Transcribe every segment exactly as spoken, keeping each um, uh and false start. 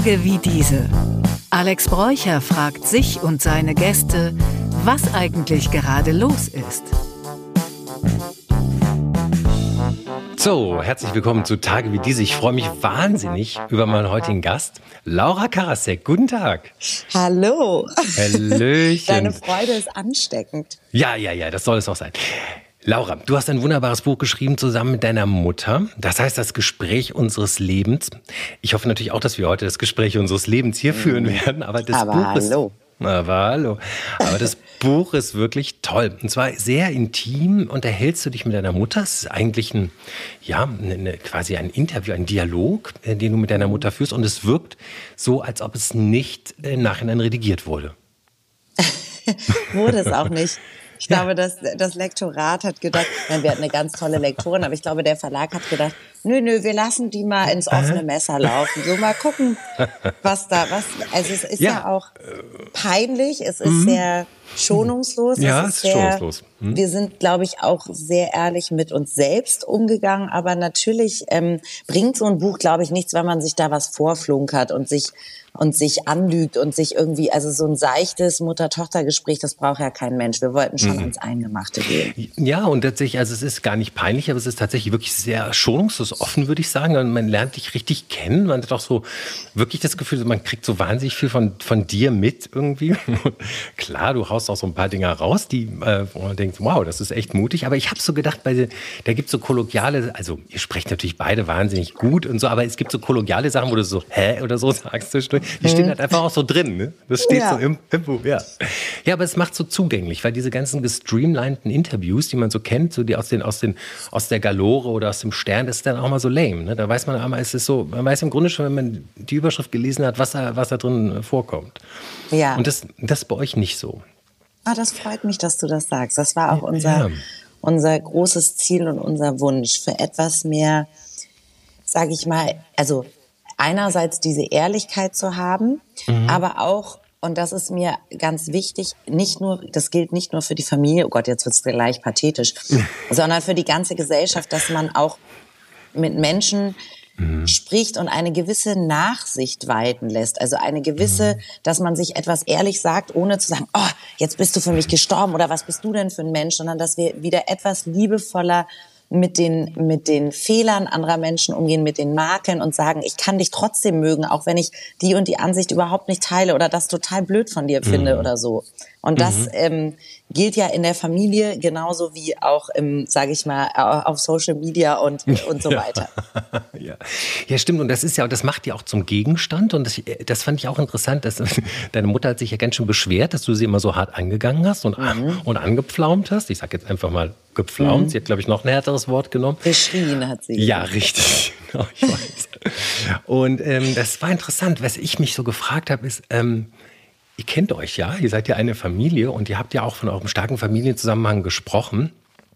Tage wie diese. Alex Bräucher fragt sich und seine Gäste, was eigentlich gerade los ist. So, herzlich willkommen zu Tage wie diese. Ich freue mich wahnsinnig über meinen heutigen Gast, Laura Karasek. Guten Tag. Hallo. Hallöchen. Deine Freude ist ansteckend. Ja, ja, ja, das soll es auch sein. Laura, du hast ein wunderbares Buch geschrieben zusammen mit deiner Mutter. Das heißt, das Gespräch unseres Lebens. Ich hoffe natürlich auch, dass wir heute das Gespräch unseres Lebens hier führen werden. Aber das Aber Buch hallo. ist... Aber hallo. Aber das Buch ist wirklich toll. Und zwar sehr intim unterhältst du dich mit deiner Mutter. Es ist eigentlich ein, ja, eine, quasi ein Interview, ein Dialog, den du mit deiner Mutter führst. Und es wirkt so, als ob es nicht im Nachhinein redigiert wurde. Wurde es auch nicht. Ich ja. glaube, das, das Lektorat hat gedacht, nein, wir hatten eine ganz tolle Lektorin, aber ich glaube, der Verlag hat gedacht, nö, nö, wir lassen die mal ins offene Messer laufen. So mal gucken, was da, was, also es ist ja, ja auch peinlich, es ist mhm. sehr schonungslos. Ja, es ist ist sehr, schonungslos. Mhm. Wir sind, glaube ich, auch sehr ehrlich mit uns selbst umgegangen, aber natürlich ähm, bringt so ein Buch, glaube ich, nichts, wenn man sich da was vorflunkert und sich und sich anlügt und sich irgendwie, also so ein seichtes Mutter-Tochter-Gespräch, das braucht ja kein Mensch. Wir wollten schon mhm. ans Eingemachte gehen. Ja, und tatsächlich, also es ist gar nicht peinlich, aber es ist tatsächlich wirklich sehr schonungslos offen, würde ich sagen. Und man lernt dich richtig kennen. Man hat auch so wirklich das Gefühl, man kriegt so wahnsinnig viel von, von dir mit irgendwie. Klar, du haust auch so ein paar Dinger raus, die, äh, wo man denkt, wow, das ist echt mutig. Aber ich habe so gedacht, bei, da gibt es so kolloquiale, also ihr sprecht natürlich beide wahnsinnig gut und so, aber es gibt so kolloquiale Sachen, wo du so, hä, oder so sagst zwischendurch. Die stehen halt einfach auch so drin, ne? Das steht ja. so im, im Buch, ja. Ja, aber es macht so zugänglich, weil diese ganzen gestreamlinten Interviews, die man so kennt, so die aus den, aus den, aus der Galore oder aus dem Stern, das ist dann auch mal so lame, ne? Da weiß man einmal, es ist so, man weiß im Grunde schon, wenn man die Überschrift gelesen hat, was da, was da drin vorkommt. Ja. Und das, das ist bei euch nicht so. Ah, das freut mich, dass du das sagst. Das war auch unser, ja. unser großes Ziel und unser Wunsch für etwas mehr, sage ich mal, also einerseits diese Ehrlichkeit zu haben, mhm. aber auch, und das ist mir ganz wichtig, nicht nur, das gilt nicht nur für die Familie, oh Gott, jetzt wird's gleich pathetisch, sondern für die ganze Gesellschaft, dass man auch mit Menschen mhm. spricht und eine gewisse Nachsicht walten lässt. Also eine gewisse, mhm. dass man sich etwas ehrlich sagt, ohne zu sagen, oh, jetzt bist du für mich gestorben oder was bist du denn für ein Mensch, sondern dass wir wieder etwas liebevoller mit den, mit den Fehlern anderer Menschen umgehen, mit den Makeln und sagen, ich kann dich trotzdem mögen, auch wenn ich die und die Ansicht überhaupt nicht teile oder das total blöd von dir finde mhm. oder so. Und das mhm. ähm, gilt ja in der Familie genauso wie auch im, sage ich mal, auf Social Media und und so weiter. Ja. Ja, stimmt. Und das ist ja, das macht ja auch zum Gegenstand. Und das, das fand ich auch interessant. Dass, deine Mutter hat sich ja ganz schön beschwert, dass du sie immer so hart angegangen hast und, mhm. und angepflaumt hast. Ich sag jetzt einfach mal gepflaumt. Mhm. Sie hat, glaube ich, noch ein härteres Wort genommen. Beschrien hat sie. Ja, richtig. Genau, ich weiß. Und ähm, das war interessant. Was ich mich so gefragt habe, ist, ähm, ihr kennt euch ja, ihr seid ja eine Familie und ihr habt ja auch von eurem starken Familienzusammenhang gesprochen.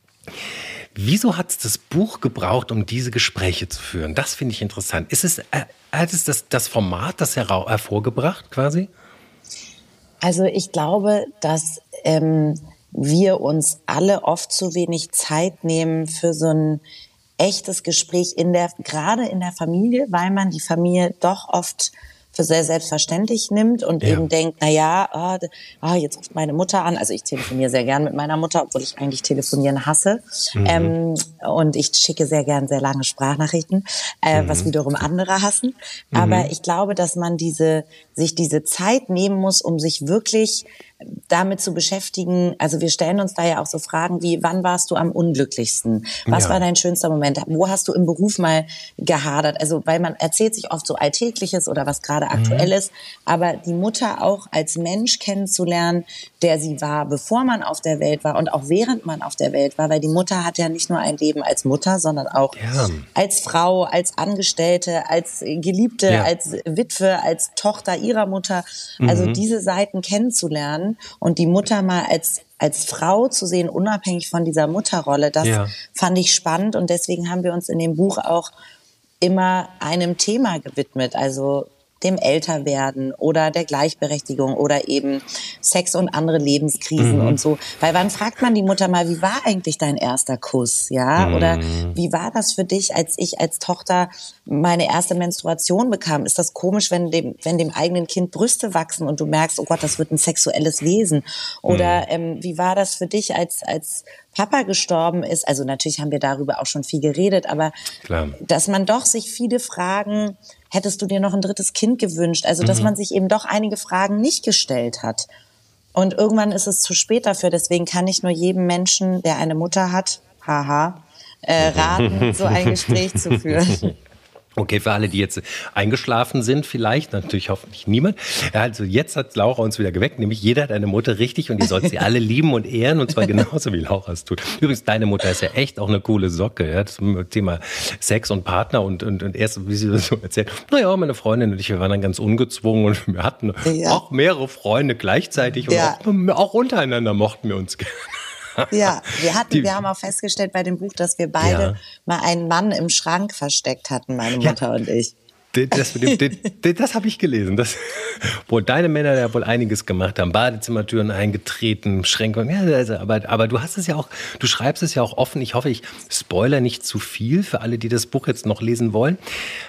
Wieso hat es das Buch gebraucht, um diese Gespräche zu führen? Das finde ich interessant. Ist es, äh, hat es das, das Format das hera- hervorgebracht quasi? Also ich glaube, dass ähm, wir uns alle oft zu wenig Zeit nehmen für so ein echtes Gespräch, in der, gerade in der Familie, weil man die Familie doch oft für sehr selbstverständlich nimmt und ja. eben denkt, na ja, oh, oh, jetzt ruft meine Mutter an. Also ich telefoniere sehr gern mit meiner Mutter, obwohl ich eigentlich telefonieren hasse. Mhm. Ähm, und ich schicke sehr gern sehr lange Sprachnachrichten, äh, mhm. was wiederum andere hassen. Mhm. Aber ich glaube, dass man diese, sich diese Zeit nehmen muss, um sich wirklich damit zu beschäftigen. Also wir stellen uns da ja auch so Fragen wie, wann warst du am unglücklichsten? Was ja. war dein schönster Moment? Wo hast du im Beruf mal gehadert? Also weil man erzählt sich oft so Alltägliches oder was gerade aktuell ist, aber die Mutter auch als Mensch kennenzulernen, der sie war, bevor man auf der Welt war und auch während man auf der Welt war, weil die Mutter hat ja nicht nur ein Leben als Mutter, sondern auch ja. als Frau, als Angestellte, als Geliebte, ja. als Witwe, als Tochter ihrer Mutter. Also mhm. diese Seiten kennenzulernen und die Mutter mal als als Frau zu sehen, unabhängig von dieser Mutterrolle, das ja. fand ich spannend und deswegen haben wir uns in dem Buch auch immer einem Thema gewidmet. Also dem Älterwerden oder der Gleichberechtigung oder eben Sex und andere Lebenskrisen mhm. und so. Weil wann fragt man die Mutter mal, wie war eigentlich dein erster Kuss, ja? Mhm. Oder wie war das für dich, als ich als Tochter meine erste Menstruation bekam? Ist das komisch, wenn dem, wenn dem eigenen Kind Brüste wachsen und du merkst, oh Gott, das wird ein sexuelles Wesen? Oder mhm. ähm, wie war das für dich, als als Papa gestorben ist? Also natürlich haben wir darüber auch schon viel geredet, aber Klar. dass man doch sich viele Fragen, hättest du dir noch ein drittes Kind gewünscht? Also dass mhm. man sich eben doch einige Fragen nicht gestellt hat. Und irgendwann ist es zu spät dafür. Deswegen kann ich nur jedem Menschen, der eine Mutter hat, haha, äh, raten, so ein Gespräch zu führen. Okay, für alle, die jetzt eingeschlafen sind vielleicht, natürlich hoffentlich niemand. Also jetzt hat Laura uns wieder geweckt, nämlich jeder hat eine Mutter richtig und ihr sollt sie alle lieben und ehren und zwar genauso wie Laura es tut. Übrigens, deine Mutter ist ja echt auch eine coole Socke, ja, zum Thema Sex und Partner und, und, und erst, wie sie das so erzählt, naja, meine Freundin und ich, wir waren dann ganz ungezwungen und wir hatten ja. auch mehrere Freunde gleichzeitig und ja. auch, auch untereinander mochten wir uns gerne. Ja, wir hatten, die, wir haben auch festgestellt bei dem Buch, dass wir beide ja. mal einen Mann im Schrank versteckt hatten, meine Mutter ja. und ich. Das, das, das, das habe ich gelesen. Das, wo deine Männer ja wohl einiges gemacht haben. Badezimmertüren eingetreten, Schränke. Ja, also, aber, aber du hast es ja auch, du schreibst es ja auch offen. Ich hoffe, ich spoiler nicht zu viel für alle, die das Buch jetzt noch lesen wollen.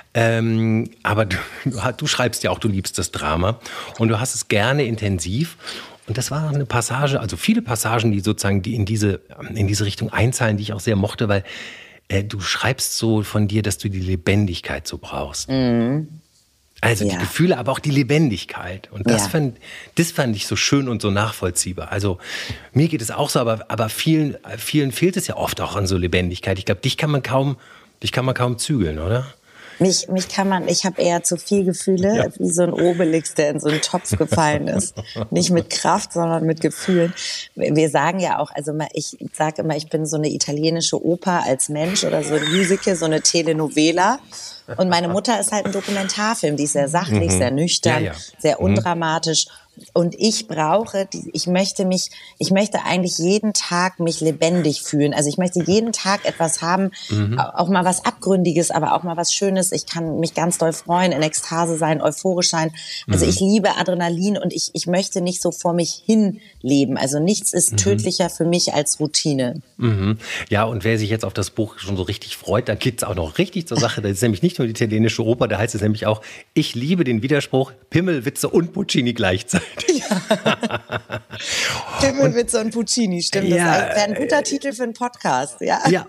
Ähm, aber du, du schreibst ja auch, du liebst das Drama und du hast es gerne intensiv. Und das war eine Passage, also viele Passagen, die sozusagen die in diese, in diese Richtung einzahlen, die ich auch sehr mochte, weil äh, du schreibst so von dir, dass du die Lebendigkeit so brauchst. Mhm. Also ja. die Gefühle, aber auch die Lebendigkeit. Und das, ja. fand, das fand ich so schön und so nachvollziehbar. Also mir geht es auch so, aber, aber vielen, vielen fehlt es ja oft auch an so Lebendigkeit. Ich glaube, dich kann man kaum, dich kann man kaum zügeln, oder? Mich, mich kann man, ich habe eher zu viel Gefühle, ja. wie so ein Obelix, der in so einen Topf gefallen ist. Nicht mit Kraft, sondern mit Gefühlen. Wir sagen ja auch, also ich sage immer, ich bin so eine italienische Oper als Mensch oder so ein Musical, so eine Telenovela. Und meine Mutter ist halt ein Dokumentarfilm, die ist sehr sachlich, mhm. sehr nüchtern, ja, ja. sehr undramatisch. Und ich brauche, ich möchte mich, ich möchte eigentlich jeden Tag mich lebendig fühlen. Also ich möchte jeden Tag etwas haben, mhm. auch mal was Abgründiges, aber auch mal was Schönes. Ich kann mich ganz doll freuen, in Ekstase sein, euphorisch sein. Also mhm. ich liebe Adrenalin und ich, ich möchte nicht so vor mich hin leben. Also nichts ist mhm. tödlicher für mich als Routine. Mhm. Ja, und wer sich jetzt auf das Buch schon so richtig freut, da geht es auch noch richtig zur Sache. Das ist nämlich nicht nur die italienische Oper, da heißt es nämlich auch, ich liebe den Widerspruch, Pimmelwitze und Puccini gleichzeitig. Ja. Pimmelwitze und, und Puccini, stimmt. Ja, das wäre ein guter Titel für einen Podcast. Ja. ja.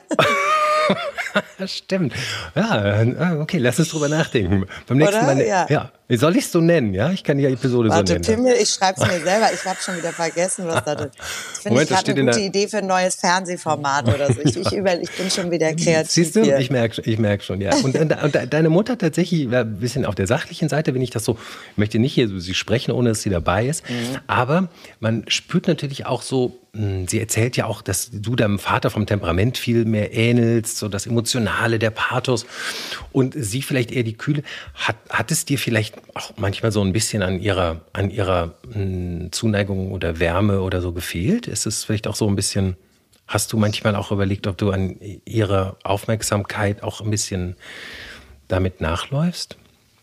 Stimmt. Ja, okay, lass uns drüber nachdenken. Beim nächsten Oder? Mal. Ja. ja. Soll ich es so nennen? Ja, ich kann die Episode Warte, so nennen. Pimmel, ich schreibe es mir selber. Ich habe schon wieder vergessen, was das ist. Das finde ich gerade eine gute Idee für ein neues Fernsehformat oder so. Ich, ich, über, ich bin schon wieder kreativ. Siehst du? Hier. Ich merke ich merk schon, ja. Und, und, und deine Mutter tatsächlich, ein bisschen auf der sachlichen Seite, wenn ich das so, ich möchte nicht hier so sie sprechen, ohne dass sie dabei ist. Mhm. Aber man spürt natürlich auch so, sie erzählt ja auch, dass du deinem Vater vom Temperament viel mehr ähnelst, so das Emotionale, der Pathos und sie vielleicht eher die Kühle. Hat, hat es dir vielleicht auch manchmal so ein bisschen an ihrer, an ihrer mh, Zuneigung oder Wärme oder so gefehlt? Ist es vielleicht auch so ein bisschen, hast du manchmal auch überlegt, ob du an ihrer Aufmerksamkeit auch ein bisschen damit nachläufst?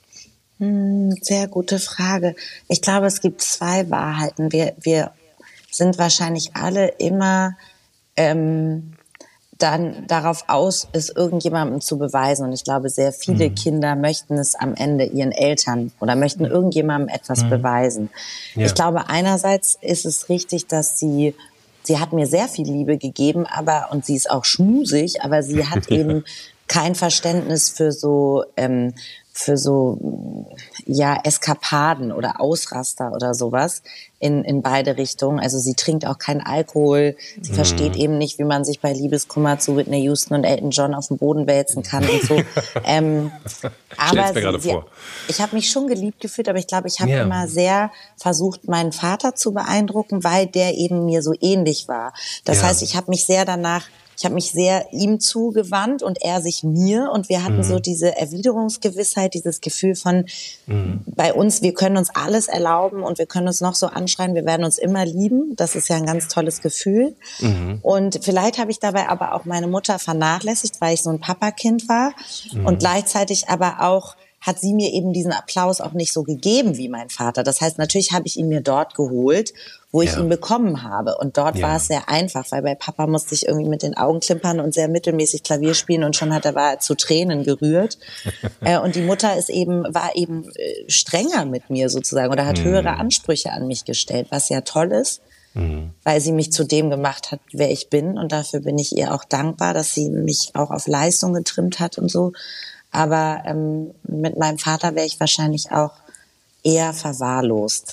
Sehr gute Frage. Ich glaube, es gibt zwei Wahrheiten. Wir, wir sind wahrscheinlich alle immer ähm, dann darauf aus, es irgendjemandem zu beweisen. Und ich glaube, sehr viele mhm. Kinder möchten es am Ende ihren Eltern oder möchten irgendjemandem etwas mhm. beweisen. Ja. Ich glaube, einerseits ist es richtig, dass sie, sie hat mir sehr viel Liebe gegeben, aber, und sie ist auch schmusig, aber sie hat ja. eben kein Verständnis für so, ähm, für so, ja, Eskapaden oder Ausraster oder sowas in, in beide Richtungen. Also sie trinkt auch keinen Alkohol. Sie mm. versteht eben nicht, wie man sich bei Liebeskummer zu Whitney Houston und Elton John auf den Boden wälzen kann und so. ähm, aber mir gerade sie, vor. Ich habe mich schon geliebt gefühlt, aber ich glaube, ich habe yeah. immer sehr versucht, meinen Vater zu beeindrucken, weil der eben mir so ähnlich war. Das ja. heißt, ich habe mich sehr danach Ich habe mich sehr ihm zugewandt und er sich mir. Und wir hatten mhm. so diese Erwiderungsgewissheit, dieses Gefühl von mhm. bei uns, wir können uns alles erlauben und wir können uns noch so anschreien, wir werden uns immer lieben. Das ist ja ein ganz tolles Gefühl. Mhm. Und vielleicht habe ich dabei aber auch meine Mutter vernachlässigt, weil ich so ein Papakind war. Mhm. Und gleichzeitig aber auch hat sie mir eben diesen Applaus auch nicht so gegeben wie mein Vater. Das heißt, natürlich habe ich ihn mir dort geholt, wo ich Ja. ihn bekommen habe. Und dort Ja. war es sehr einfach, weil bei Papa musste ich irgendwie mit den Augen klimpern und sehr mittelmäßig Klavier spielen und schon hat er, war er zu Tränen gerührt. äh, und die Mutter ist eben, war eben äh, strenger mit mir sozusagen oder hat höhere Ansprüche an mich gestellt, was ja toll ist, weil sie mich zu dem gemacht hat, wer ich bin. Und dafür bin ich ihr auch dankbar, dass sie mich auch auf Leistung getrimmt hat und so. Aber ähm, mit meinem Vater wäre ich wahrscheinlich auch eher verwahrlost.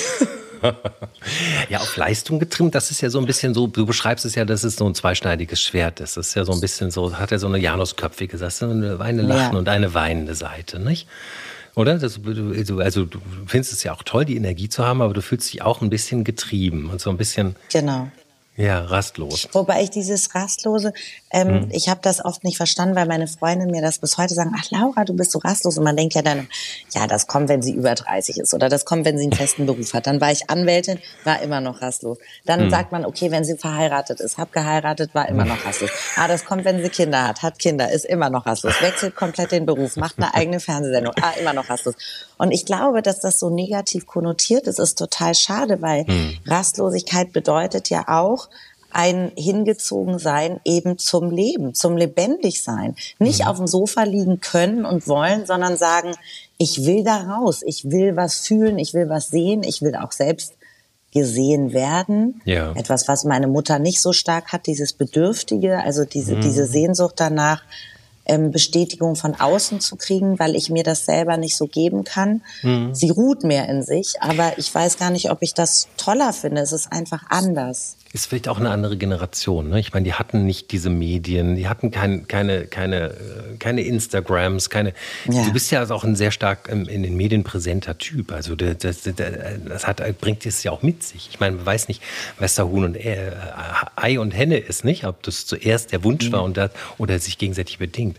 Ja, auf Leistung getrimmt, das ist ja so ein bisschen so, du beschreibst es ja, dass es so ein zweischneidiges Schwert ist. Das ist ja so ein bisschen so, hat er so eine Janusköpfige, das ist eine, eine lachende Ja. und eine weinende Seite, nicht? Oder? Das, du- also du findest es ja auch toll, die Energie zu haben, aber du fühlst dich auch ein bisschen getrieben und so ein bisschen, Genau. ja, rastlos. Wobei ich dieses Rastlose, ähm, ich habe das oft nicht verstanden, weil meine Freunde mir das bis heute sagen, ach Laura, du bist so rastlos. Und man denkt ja dann, ja, das kommt, wenn sie über dreißig ist oder das kommt, wenn sie einen festen Beruf hat. Dann war ich Anwältin, war immer noch rastlos. Dann sagt man, okay, wenn sie verheiratet ist, hab geheiratet, war immer noch rastlos. Ah, das kommt, wenn sie Kinder hat, hat Kinder, ist immer noch rastlos. Wechselt komplett den Beruf, macht eine eigene Fernsehsendung, ah, immer noch rastlos. Und ich glaube, dass das so negativ konnotiert ist, ist total schade, weil Rastlosigkeit bedeutet ja auch, ein Hingezogensein eben zum Leben, zum Lebendigsein. Nicht auf dem Sofa liegen können und wollen, sondern sagen, ich will da raus, ich will was fühlen, ich will was sehen, ich will auch selbst gesehen werden. Ja. Etwas, was meine Mutter nicht so stark hat, dieses Bedürftige, also diese, diese Sehnsucht danach, ähm, Bestätigung von außen zu kriegen, weil ich mir das selber nicht so geben kann. Sie ruht mehr in sich, aber ich weiß gar nicht, ob ich das toller finde. Es ist einfach anders. Ist vielleicht auch eine andere Generation. Ne? Ich meine, die hatten nicht diese Medien, die hatten kein, keine, keine, äh, keine Instagrams, keine. Ja. Du bist ja also auch ein sehr stark ähm, in den Medien präsenter Typ. Also das, das, das, das hat, bringt es ja auch mit sich. Ich meine, man weiß nicht, was da Huhn und äh, Ei und Henne ist, nicht? Ob das zuerst der Wunsch war und das, oder sich gegenseitig bedingt.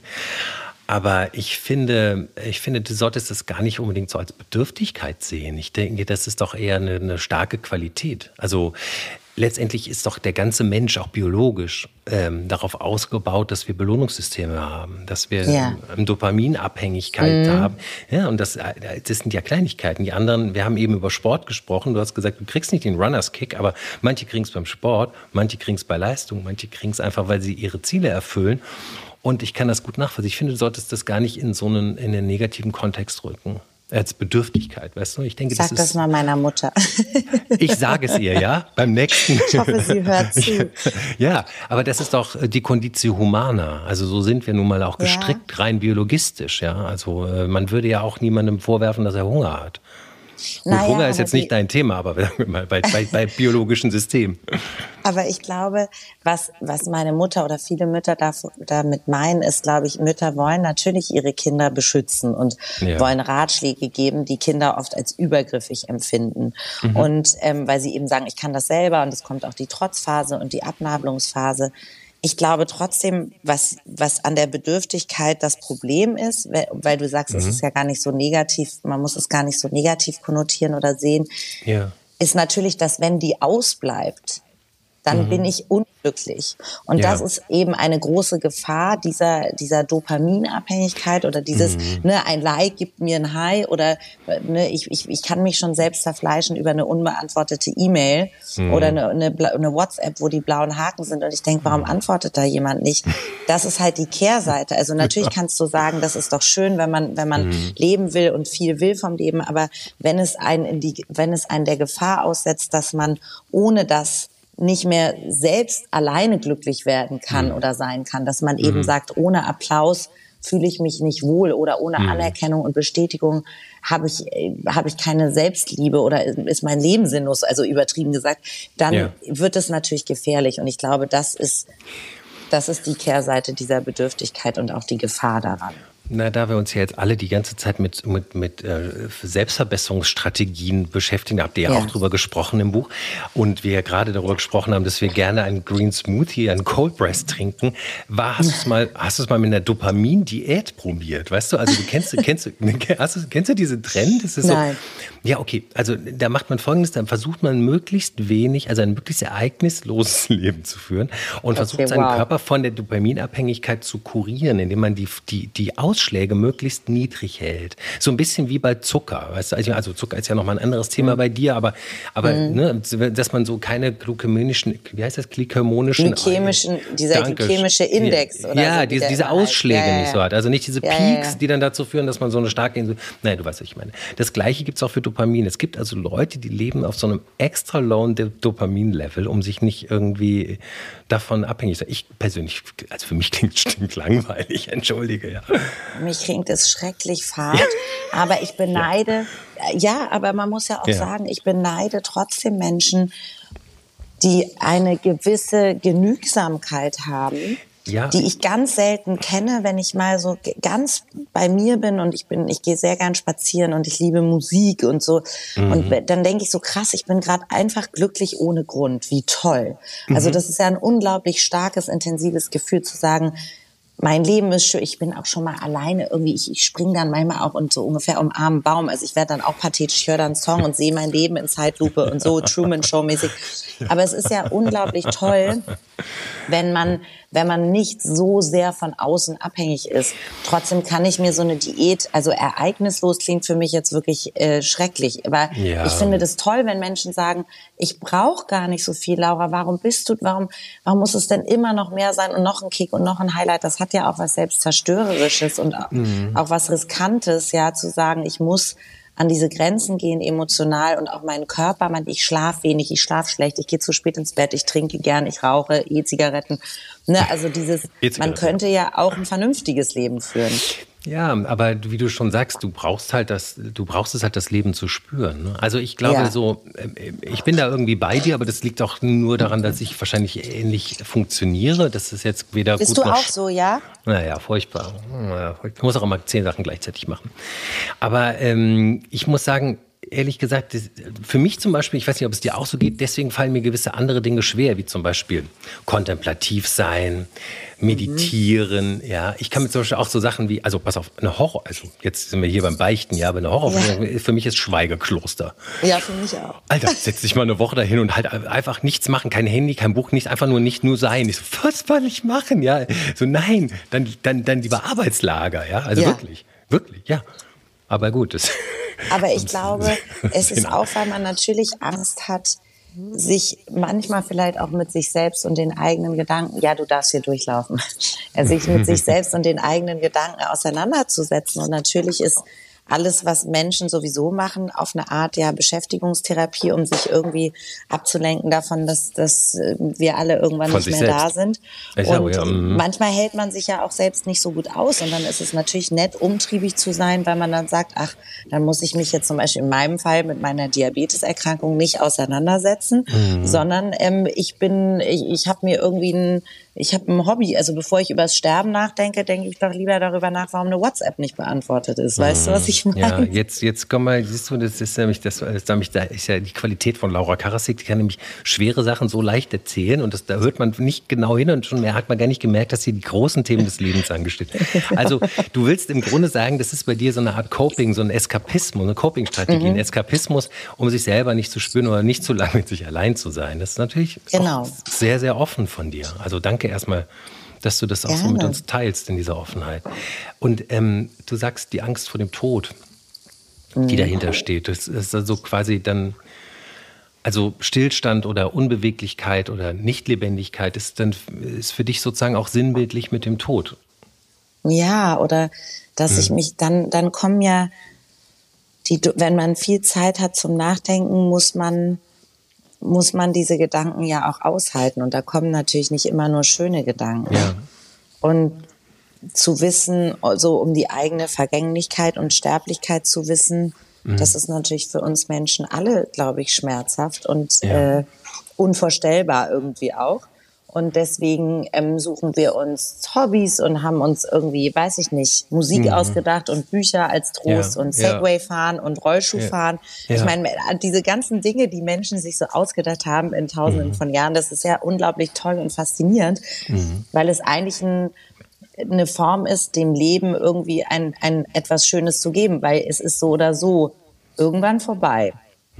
Aber ich finde, ich finde, du solltest das gar nicht unbedingt so als Bedürftigkeit sehen. Ich denke, das ist doch eher eine, eine starke Qualität. Also letztendlich ist doch der ganze Mensch auch biologisch ähm, darauf ausgebaut, dass wir Belohnungssysteme haben, dass wir Ja. ähm, Dopaminabhängigkeit haben. Ja, und das, äh, das sind ja Kleinigkeiten. Die anderen, wir haben eben über Sport gesprochen. Du hast gesagt, du kriegst nicht den Runners Kick, aber manche kriegen es beim Sport, manche kriegen es bei Leistung, manche kriegen es einfach, weil sie ihre Ziele erfüllen. Und ich kann das gut nachvollziehen. Ich finde, du solltest das gar nicht in so einen, in einen negativen Kontext rücken. Als Bedürftigkeit, weißt du? Ich denke, Sag das das ist. mal meiner Mutter. Ich sage es ihr, ja, beim nächsten. Ich hoffe, sie hört zu. Ja, aber das ist doch die Conditio humana. Also so sind wir nun mal auch Ja. gestrickt, rein biologistisch, ja. Also äh, man würde ja auch niemandem vorwerfen, dass er Hunger hat. Gut, Naja, Hunger ist aber jetzt nicht die- dein Thema, aber bei, bei, bei, bei biologischen Systemen. Aber ich glaube, was, was meine Mutter oder viele Mütter da, damit meinen, ist, glaube ich, Mütter wollen natürlich ihre Kinder beschützen und Ja. wollen Ratschläge geben, die Kinder oft als übergriffig empfinden. Und ähm, weil sie eben sagen, ich kann das selber und es kommt auch die Trotzphase und die Abnabelungsphase. Ich glaube trotzdem, was, was an der Bedürftigkeit das Problem ist, weil, weil du sagst, es ist ja gar nicht so negativ, man muss es gar nicht so negativ konnotieren oder sehen, Ja. ist natürlich, dass wenn die ausbleibt, dann bin ich unglücklich. Und Ja. das ist eben eine große Gefahr dieser, dieser Dopaminabhängigkeit oder dieses, ne, ein Like gibt mir ein High oder ne, ich, ich, ich kann mich schon selbst zerfleischen über eine unbeantwortete E-Mail oder eine, eine, Bla- eine WhatsApp, wo die blauen Haken sind und ich denke, warum antwortet da jemand nicht? Das ist halt die Kehrseite. Also natürlich kannst du sagen, das ist doch schön, wenn man, wenn man leben will und viel will vom Leben, aber wenn es einen in die, wenn es einen der Gefahr aussetzt, dass man ohne das nicht mehr selbst alleine glücklich werden kann oder sein kann, dass man eben sagt, ohne Applaus fühle ich mich nicht wohl oder ohne Anerkennung und Bestätigung habe ich äh, habe ich keine Selbstliebe oder ist mein Leben sinnlos, also übertrieben gesagt, dann Ja. wird es natürlich gefährlich und ich glaube, das ist das ist die Kehrseite dieser Bedürftigkeit und auch die Gefahr daran. Na, da wir uns ja jetzt alle die ganze Zeit mit, mit, mit äh, Selbstverbesserungsstrategien beschäftigen, habt ihr ja Ja. auch drüber gesprochen im Buch. Und wir ja gerade darüber gesprochen haben, dass wir gerne einen Green Smoothie, einen Cold Breast trinken. War, hast du es mal, hast du es mal mit einer Dopamin-Diät probiert? Weißt du, also du kennst, kennst, du, hast du, kennst du diesen Trend? Das ist Nein. So, ja, okay. Also da macht man Folgendes, dann versucht man möglichst wenig, also ein möglichst ereignisloses Leben zu führen und versucht Okay, seinen wow. Körper von der Dopaminabhängigkeit zu kurieren, indem man die, die, die Ausschläge möglichst niedrig hält. So ein bisschen wie bei Zucker. Weißt du? Also Zucker ist ja nochmal ein anderes Thema mhm. bei dir, aber, aber mhm. ne, dass man so keine glykämischen, wie heißt das, glykämonischen... Glykämischen, dieser Danke. glykämische Index. Oder ja, so, diese, diese Ausschläge ja, ja, ja. nicht so hat. Also nicht diese ja, Peaks, ja, ja. die dann dazu führen, dass man so eine starke... Nein, du weißt, was ich meine. Das Gleiche gibt es auch für Dopamin. Es gibt also Leute, die leben auf so einem extra lowen Dopamin-Level, um sich nicht irgendwie davon abhängig zu sein. Ich persönlich, also für mich klingt es stinklangweilig, entschuldige. Ja. Mich klingt es schrecklich fad, aber ich beneide, ja. ja, aber man muss ja auch ja. sagen, ich beneide trotzdem Menschen, die eine gewisse Genügsamkeit haben. Ja. Die ich ganz selten kenne, wenn ich mal so ganz bei mir bin und ich bin, ich gehe sehr gern spazieren und ich liebe Musik und so. Mhm. Und dann denke ich so, krass, ich bin gerade einfach glücklich ohne Grund. Wie toll. Mhm. Also das ist ja ein unglaublich starkes, intensives Gefühl zu sagen, mein Leben ist schön. Ich bin auch schon mal alleine irgendwie. Ich, ich springe dann manchmal auch und so ungefähr um armen Baum. Also ich werde dann auch pathetisch. Ich höre dann einen Song und sehe mein Leben in Zeitlupe und so Truman Show mäßig. Aber es ist ja unglaublich toll, wenn man, wenn man nicht so sehr von außen abhängig ist. Trotzdem kann ich mir so eine Diät, also ereignislos klingt für mich jetzt wirklich äh, schrecklich. Aber ja. ich finde das toll, wenn Menschen sagen, ich brauche gar nicht so viel, Laura. Warum bist du, warum, warum muss es denn immer noch mehr sein und noch ein Kick und noch ein Highlight? Das hat ja auch was Selbstzerstörerisches und auch, mhm. auch was Riskantes, ja, zu sagen, ich muss an diese Grenzen gehen, emotional und auch meinen Körper. Man, ich schlafe wenig, ich schlafe schlecht, ich gehe zu spät ins Bett, ich trinke gern, ich rauche E-Zigaretten. Ne, also dieses, man könnte ja auch ein vernünftiges Leben führen. Ja, aber wie du schon sagst, du brauchst halt das, du brauchst es halt, das Leben zu spüren. Ne? Also ich glaube ja. so, ich bin da irgendwie bei dir, aber das liegt auch nur daran, dass ich wahrscheinlich ähnlich funktioniere. Das ist jetzt weder Bist gut du noch auch so, ja? Naja, furchtbar. Ich muss auch immer zehn Sachen gleichzeitig machen. Aber ähm, ich muss sagen, ehrlich gesagt, für mich zum Beispiel, ich weiß nicht, ob es dir auch so geht, deswegen fallen mir gewisse andere Dinge schwer, wie zum Beispiel kontemplativ sein, meditieren, mhm. ja. Ich kann mir zum Beispiel auch so Sachen wie, also pass auf, eine Horror, also jetzt sind wir hier beim Beichten, ja, aber eine Horror, ja. für mich ist Schweigekloster. Ja, für mich auch. Alter, setz dich mal eine Woche dahin und halt einfach nichts machen, kein Handy, kein Buch, nichts, einfach nur nicht nur sein. Ich so, was soll ich machen, ja? So, nein, dann, dann, dann lieber Arbeitslager, ja, also ja. wirklich, wirklich, ja. Aber gut, das... Aber ich glaube, es ist auch, weil man natürlich Angst hat, sich manchmal vielleicht auch mit sich selbst und den eigenen Gedanken, ja, du darfst hier durchlaufen, sich mit sich selbst und den eigenen Gedanken auseinanderzusetzen. Und natürlich ist alles, was Menschen sowieso machen, auf eine Art ja Beschäftigungstherapie, um sich irgendwie abzulenken davon, dass, dass wir alle irgendwann Von nicht mehr selbst. da sind. Ich und auch, ja. manchmal hält man sich ja auch selbst nicht so gut aus und dann ist es natürlich nett, umtriebig zu sein, weil man dann sagt, ach, dann muss ich mich jetzt zum Beispiel in meinem Fall mit meiner Diabeteserkrankung nicht auseinandersetzen, mhm. sondern ähm, ich bin, ich, ich habe mir irgendwie ein Ich habe ein Hobby, also bevor ich über das Sterben nachdenke, denke ich doch lieber darüber nach, warum eine WhatsApp nicht beantwortet ist. Weißt mmh, du, was ich meine? Ja, jetzt, jetzt komm mal, siehst du, das ist nämlich, das, das, das ist ja die Qualität von Laura Karasik, die kann nämlich schwere Sachen so leicht erzählen und das, da hört man nicht genau hin und schon mehr hat man gar nicht gemerkt, dass sie die großen Themen des Lebens angestellt. Also du willst im Grunde sagen, das ist bei dir so eine Art Coping, so ein Eskapismus, eine Coping-Strategie, mhm. ein Eskapismus, um sich selber nicht zu spüren oder nicht zu lange mit sich allein zu sein. Das ist natürlich genau. sehr, sehr offen von dir. Also danke erstmal, dass du das auch Gerne. so mit uns teilst in dieser Offenheit. Und ähm, du sagst, die Angst vor dem Tod, die dahinter steht, das ist also quasi dann, also Stillstand oder Unbeweglichkeit oder Nichtlebendigkeit ist dann ist für dich sozusagen auch sinnbildlich mit dem Tod. Ja, oder dass hm. ich mich dann, dann kommen ja, die, wenn man viel Zeit hat zum Nachdenken, muss man muss man diese Gedanken ja auch aushalten. Und da kommen natürlich nicht immer nur schöne Gedanken. Ja. Und zu wissen, also um die eigene Vergänglichkeit und Sterblichkeit zu wissen, mhm. das ist natürlich für uns Menschen alle, glaube ich, schmerzhaft und ja. äh, unvorstellbar irgendwie auch. Und deswegen ähm, suchen wir uns Hobbys und haben uns irgendwie, weiß ich nicht, Musik mhm. ausgedacht und Bücher als Trost ja, und Segway ja. fahren und Rollschuh ja. fahren. Ja. Ich meine, diese ganzen Dinge, die Menschen sich so ausgedacht haben in Tausenden mhm. von Jahren, das ist ja unglaublich toll und faszinierend, mhm. weil es eigentlich ein, eine Form ist, dem Leben irgendwie ein, ein etwas Schönes zu geben, weil es ist so oder so irgendwann vorbei.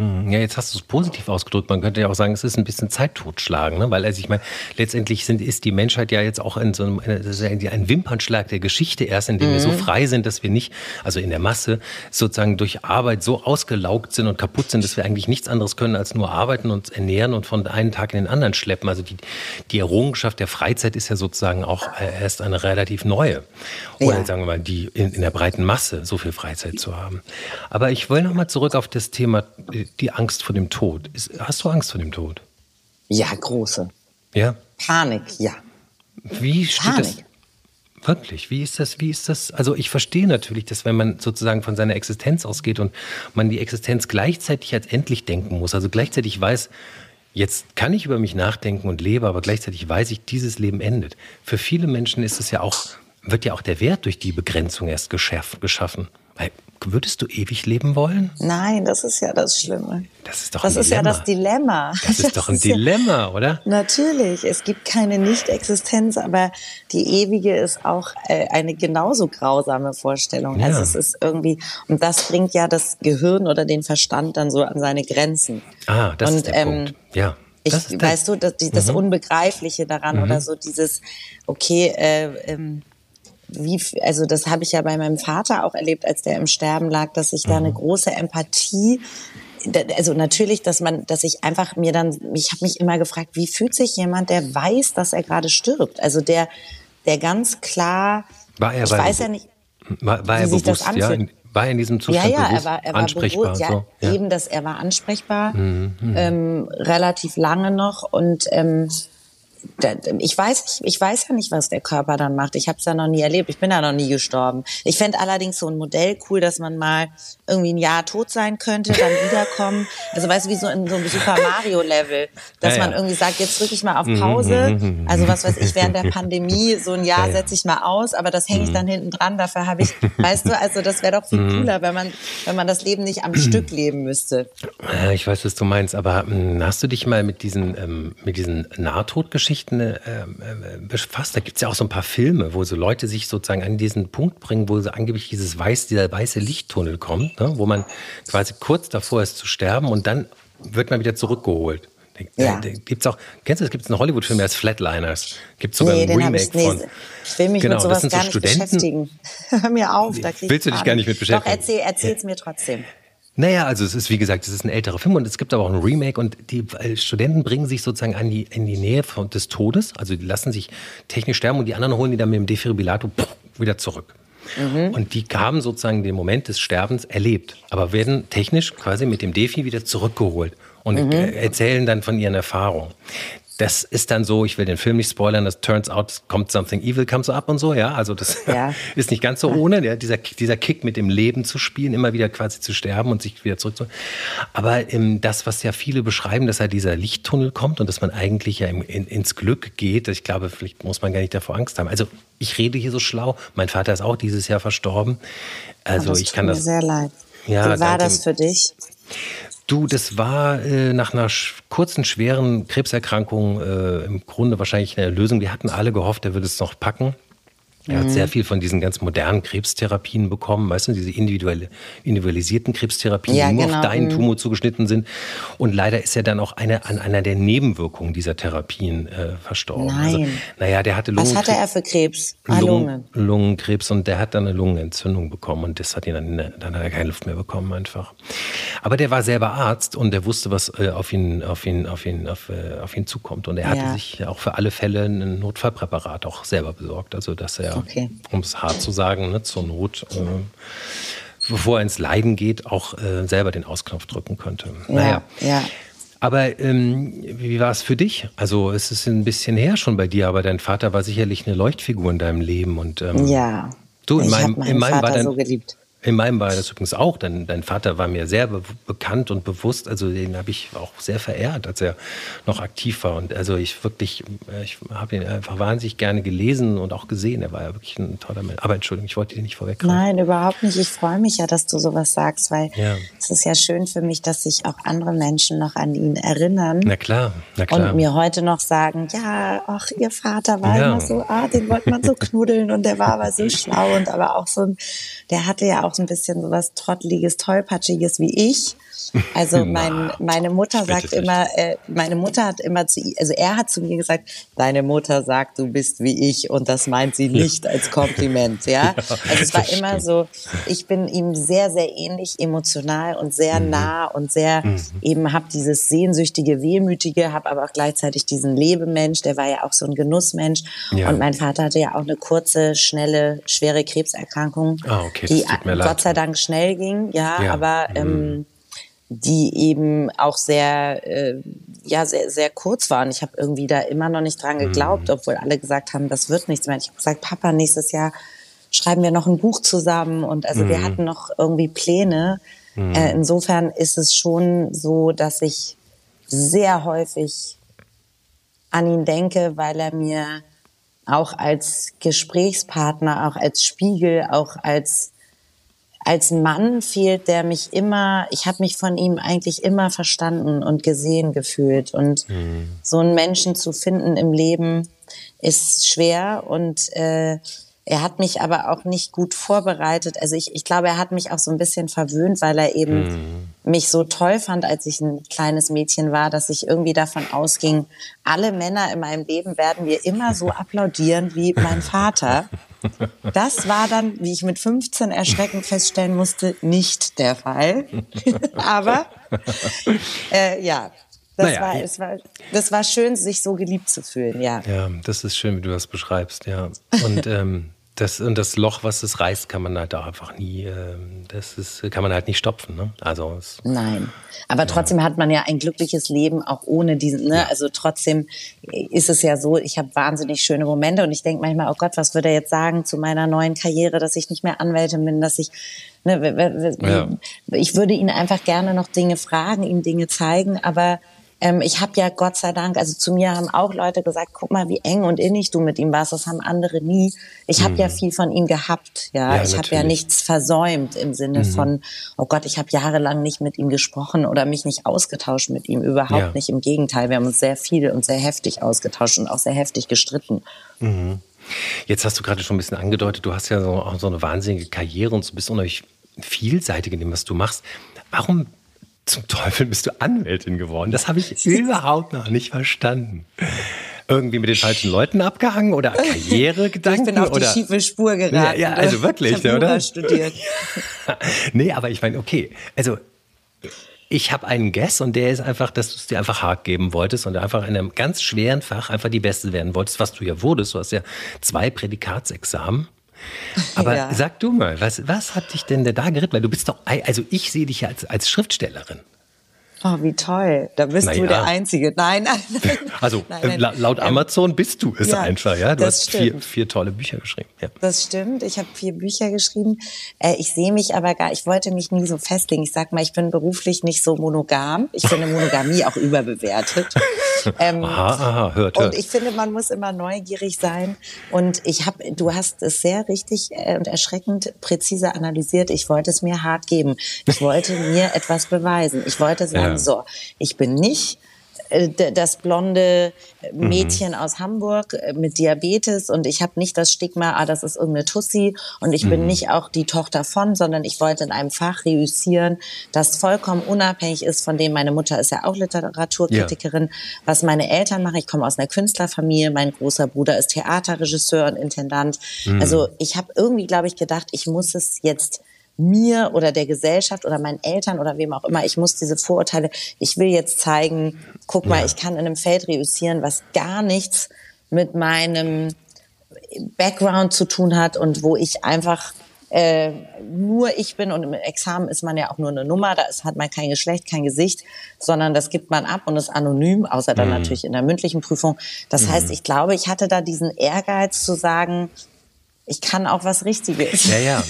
Ja, jetzt hast du es positiv ausgedrückt. Man könnte ja auch sagen, es ist ein bisschen Zeit totschlagen, ne? Weil, also ich meine, letztendlich sind, ist die Menschheit ja jetzt auch in so einem, das ist ja ein Wimpernschlag der Geschichte erst, in dem mhm. wir so frei sind, dass wir nicht, also in der Masse, sozusagen durch Arbeit so ausgelaugt sind und kaputt sind, dass wir eigentlich nichts anderes können, als nur arbeiten und ernähren und von einem Tag in den anderen schleppen. Also die, die Errungenschaft der Freizeit ist ja sozusagen auch erst eine relativ neue. Oder ja. sagen wir mal, die in, in der breiten Masse so viel Freizeit zu haben. Aber ich will nochmal zurück auf das Thema die Angst vor dem Tod. Ist, hast du Angst vor dem Tod? Ja, große. Ja? Panik, ja. Wie steht Panik. Das? Wirklich, wie ist das, wie ist das? Also ich verstehe natürlich, dass wenn man sozusagen von seiner Existenz ausgeht und man die Existenz gleichzeitig als endlich denken muss, also gleichzeitig weiß, jetzt kann ich über mich nachdenken und lebe, aber gleichzeitig weiß ich, dieses Leben endet. Für viele Menschen ist es ja auch, wird ja auch der Wert durch die Begrenzung erst geschaffen. Weil, würdest du ewig leben wollen? Nein, das ist ja das Schlimme. Das ist doch das ein ist Dilemma. ja das Dilemma. Das ist doch ein das Dilemma, ja, oder? Natürlich. Es gibt keine Nicht-Existenz, aber die ewige ist auch äh, eine genauso grausame Vorstellung. Ja. Also es ist irgendwie, und das bringt ja das Gehirn oder den Verstand dann so an seine Grenzen. Ah, das und, ist der ähm, Punkt. Ja. Ich, weißt du, das, das mhm. Unbegreifliche daran mhm. oder so dieses, okay, äh, ähm, wie, also das habe ich ja bei meinem Vater auch erlebt, als der im Sterben lag, dass ich da eine große Empathie, also natürlich, dass man, dass ich einfach mir dann, ich habe mich immer gefragt, wie fühlt sich jemand, der weiß, dass er gerade stirbt, also der, der ganz klar, war er, ich war weiß er, ja nicht, war, war er wie sich bewusst, das anfühlt. Ja, war er in diesem Zustand ja, ja, bewusst, er war, er war ansprechbar? Bewusst, ja, so. ja, eben, dass er war ansprechbar, mhm, ähm, relativ lange noch und ähm, ich weiß, ich weiß ja nicht, was der Körper dann macht. Ich habe es ja noch nie erlebt. Ich bin ja noch nie gestorben. Ich fände allerdings so ein Modell cool, dass man mal irgendwie ein Jahr tot sein könnte, dann wiederkommen. Also weißt du, wie so in so einem Super Mario Level, dass ja, man ja. irgendwie sagt, jetzt drücke ich mal auf Pause. Also was weiß ich, während der Pandemie so ein Jahr ja, ja. setze ich mal aus, aber das hänge ich dann hinten dran. Dafür habe ich, weißt du, also das wäre doch viel cooler, wenn man, wenn man das Leben nicht am Stück leben müsste. Ja, ich weiß, was du meinst. Aber ähm, hast du dich mal mit diesen ähm, mit diesen Nahtodgeschichten Äh, äh, befasst. Da gibt es ja auch so ein paar Filme, wo so Leute sich sozusagen an diesen Punkt bringen, wo so angeblich dieses weiß, dieser weiße Lichttunnel kommt, ne? Wo man quasi kurz davor ist zu sterben und dann wird man wieder zurückgeholt. Ja. Da, da gibt's auch, kennst du, es gibt einen Hollywood-Film, der heißt Flatliners. Gibt sogar nee, ein den Remake ich, nee, von. Ich will mich genau, mit sowas das sind gar so nicht Studenten. beschäftigen. Hör mir auf, da krieg Willst du dich gar nicht mit beschäftigen? Doch, erzähl, erzähl's ja. mir trotzdem. Naja, also es ist, wie gesagt, es ist ein älterer Film und es gibt aber auch ein Remake und die Studenten bringen sich sozusagen an die, in die Nähe von, des Todes, also die lassen sich technisch sterben und die anderen holen die dann mit dem Defibrillator wieder zurück. Mhm. Und die haben sozusagen den Moment des Sterbens erlebt, aber werden technisch quasi mit dem Defi wieder zurückgeholt und mhm. erzählen dann von ihren Erfahrungen. Das ist dann so, ich will den Film nicht spoilern, das turns out, kommt something evil comes up und so, ja, also das ja. ist nicht ganz so ohne, ja, dieser, dieser Kick mit dem Leben zu spielen, immer wieder quasi zu sterben und sich wieder zurückzuholen. Aber ähm, das, was ja viele beschreiben, dass ja dieser Lichttunnel kommt und dass man eigentlich ja im, in, ins Glück geht, ich glaube, vielleicht muss man gar nicht davor Angst haben. Also ich rede hier so schlau, mein Vater ist auch dieses Jahr verstorben, also oh, das ich kann tut das... mir sehr leid. Ja, Wie war danke. das für dich? Du, das war äh, nach einer sch- kurzen, schweren Krebserkrankung äh, im Grunde wahrscheinlich eine Lösung. Wir hatten alle gehofft, er würde es noch packen. Er hat sehr viel von diesen ganz modernen Krebstherapien bekommen, weißt du, diese individuelle, individualisierten Krebstherapien, ja, die nur genau. auf deinen mhm. Tumor zugeschnitten sind. Und leider ist er dann auch eine, an einer der Nebenwirkungen dieser Therapien äh, verstorben. Nein. Also, naja, der hatte Lungenkrebs. Was hatte er für Krebs? Ah, Lungen. Lungen, Lungenkrebs und der hat dann eine Lungenentzündung bekommen und das hat ihn dann, dann hat er keine Luft mehr bekommen einfach. Aber der war selber Arzt und der wusste, was äh, auf ihn, auf ihn, auf ihn, auf, äh, auf ihn zukommt. Und er hatte ja. sich auch für alle Fälle ein Notfallpräparat auch selber besorgt, also dass er Okay. um es hart zu sagen, ne, zur Not, äh, bevor er ins Leiden geht, auch äh, selber den Ausknopf drücken könnte. Ja, naja. ja. Aber ähm, wie war es für dich? Also es ist ein bisschen her schon bei dir, aber dein Vater war sicherlich eine Leuchtfigur in deinem Leben. Und, ähm, ja, du, in ich meinem, habe meinen in meinem Vater war dein, so geliebt. In meinem war das übrigens auch. Dein, dein Vater war mir sehr be- bekannt und bewusst. Also den habe ich auch sehr verehrt, als er noch aktiv war. Und also ich wirklich, ich habe ihn einfach wahnsinnig gerne gelesen und auch gesehen. Er war ja wirklich ein toller Mensch. Aber Entschuldigung, ich wollte dir nicht vorweggreifen. Nein, überhaupt nicht. Ich freue mich ja, dass du sowas sagst, weil ja. es ist ja schön für mich, dass sich auch andere Menschen noch an ihn erinnern. Na klar, na klar. Und mir heute noch sagen, ja, ach, ihr Vater war ja. immer so, ah, den wollte man so knuddeln und der war aber so schlau und aber auch so ein, der hatte ja auch so ein bisschen so was Trotteliges, Tollpatschiges wie ich. Also mein, Na, meine Mutter sagt dich nicht. immer, äh, meine Mutter hat immer zu, i- also er hat zu mir gesagt, deine Mutter sagt, du bist wie ich und das meint sie nicht als Kompliment, ja. Also es war das immer stimmt. so, ich bin ihm sehr, sehr ähnlich, emotional und sehr nah und sehr, eben hab dieses sehnsüchtige, wehmütige, hab aber auch gleichzeitig diesen Lebemensch, der war ja auch so ein Genussmensch Ja. und mein Vater hatte ja auch eine kurze, schnelle, schwere Krebserkrankung, Ah, okay, das die tut mir Gott leid. sei Dank schnell ging, ja, Ja. aber ähm, die eben auch sehr, äh, ja, sehr, sehr kurz waren. Ich habe irgendwie da immer noch nicht dran geglaubt, obwohl alle gesagt haben, das wird nichts mehr. Ich habe gesagt, Papa, nächstes Jahr schreiben wir noch ein Buch zusammen und also wir hatten noch irgendwie Pläne. Äh, insofern ist es schon so, dass ich sehr häufig an ihn denke, weil er mir auch als Gesprächspartner, auch als Spiegel, auch als als Mann fehlt, der mich immer, ich habe mich von ihm eigentlich immer verstanden und gesehen gefühlt. Und so einen Menschen zu finden im Leben ist schwer. Und äh, er hat mich aber auch nicht gut vorbereitet. Also ich, ich glaube, er hat mich auch so ein bisschen verwöhnt, weil er eben mich so toll fand, als ich ein kleines Mädchen war, dass ich irgendwie davon ausging, alle Männer in meinem Leben werden mir immer so applaudieren wie mein Vater. Das war dann, wie ich mit fünfzehn erschreckend feststellen musste, nicht der Fall. Aber äh, ja, das, Naja, war, ich- es war, das war schön, sich so geliebt zu fühlen, ja. Ja, das ist schön, wie du das beschreibst, ja. Und ähm, das, und das Loch, was es reißt, kann man halt auch einfach nie, ähm, das ist, kann man halt nicht stopfen, ne? Also es, Nein. Aber trotzdem hat man ja ein glückliches Leben, auch ohne diesen, ne? Also trotzdem ist es ja so, ich habe wahnsinnig schöne Momente und ich denke manchmal, oh Gott, was würde er jetzt sagen zu meiner neuen Karriere, dass ich nicht mehr Anwältin bin, dass ich, ne, w- w- w- Ja. ich würde ihn einfach gerne noch Dinge fragen, ihm Dinge zeigen, aber ähm, ich habe ja Gott sei Dank, also zu mir haben auch Leute gesagt, guck mal, wie eng und innig du mit ihm warst, das haben andere nie. Ich habe ja viel von ihm gehabt, ja, Ja, ich habe ja natürlich. nichts versäumt im Sinne von, oh Gott, ich habe jahrelang nicht mit ihm gesprochen oder mich nicht ausgetauscht mit ihm, überhaupt Ja. nicht, im Gegenteil, wir haben uns sehr viel und sehr heftig ausgetauscht und auch sehr heftig gestritten. Jetzt hast du gerade schon ein bisschen angedeutet, du hast ja so, auch so eine wahnsinnige Karriere und du bist unheimlich vielseitig in dem, was du machst. Warum zum Teufel bist du Anwältin geworden? Das habe ich überhaupt noch nicht verstanden. Irgendwie mit den falschen Leuten abgehangen oder Karrieregedanken? Ich bin auf die oder? schiefe Spur geraten. Ja, ja, also wirklich, ich habe oder? Jura studiert. Nee, aber ich meine, okay, also ich habe einen Guess und der ist einfach, dass du es dir einfach hart geben wolltest und einfach in einem ganz schweren Fach einfach die Beste werden wolltest, was du ja wurdest. Du hast ja zwei Prädikatsexamen. Aber Ja. sag du mal, was, was hat dich denn da geritten? Weil du bist doch, also ich sehe dich ja als, als Schriftstellerin. Oh, wie toll. Da bist Na du ja. der Einzige. Nein, nein, nein. Also nein, äh, nein. la- laut Ähm, Amazon bist du es ja, einfach, ja? Du das hast vier, stimmt. vier tolle Bücher geschrieben. Ja. Das stimmt. Ich habe vier Bücher geschrieben. Äh, ich sehe mich aber gar, ich wollte mich nie so festlegen. Ich sag mal, ich bin beruflich nicht so monogam. Ich finde Monogamie auch überbewertet. Ähm, Aha, aha, hört, Und hört. ich finde, man muss immer neugierig sein. Und ich habe, du hast es sehr richtig äh, und erschreckend präzise analysiert. Ich wollte es mir hart geben. Ich wollte mir etwas beweisen. Ich wollte sagen, Ja. so, ich bin nicht äh, d- das blonde Mädchen aus Hamburg äh, mit Diabetes und ich habe nicht das Stigma, ah, das ist irgendeine Tussi und ich bin nicht auch die Tochter von, sondern ich wollte in einem Fach reüssieren, das vollkommen unabhängig ist von dem, meine Mutter ist ja auch Literaturkritikerin, was meine Eltern machen. Ich komme aus einer Künstlerfamilie, mein großer Bruder ist Theaterregisseur und Intendant. Also ich habe irgendwie, glaube ich, gedacht, ich muss es jetzt mir oder der Gesellschaft oder meinen Eltern oder wem auch immer, ich muss diese Vorurteile, ich will jetzt zeigen, guck mal, Ja. ich kann in einem Feld reüssieren, was gar nichts mit meinem Background zu tun hat und wo ich einfach äh, nur ich bin und im Examen ist man ja auch nur eine Nummer, da ist, hat man kein Geschlecht, kein Gesicht, sondern das gibt man ab und ist anonym, außer dann natürlich in der mündlichen Prüfung. Das heißt, ich glaube, ich hatte da diesen Ehrgeiz zu sagen, ich kann auch was Richtiges. Ja, ja.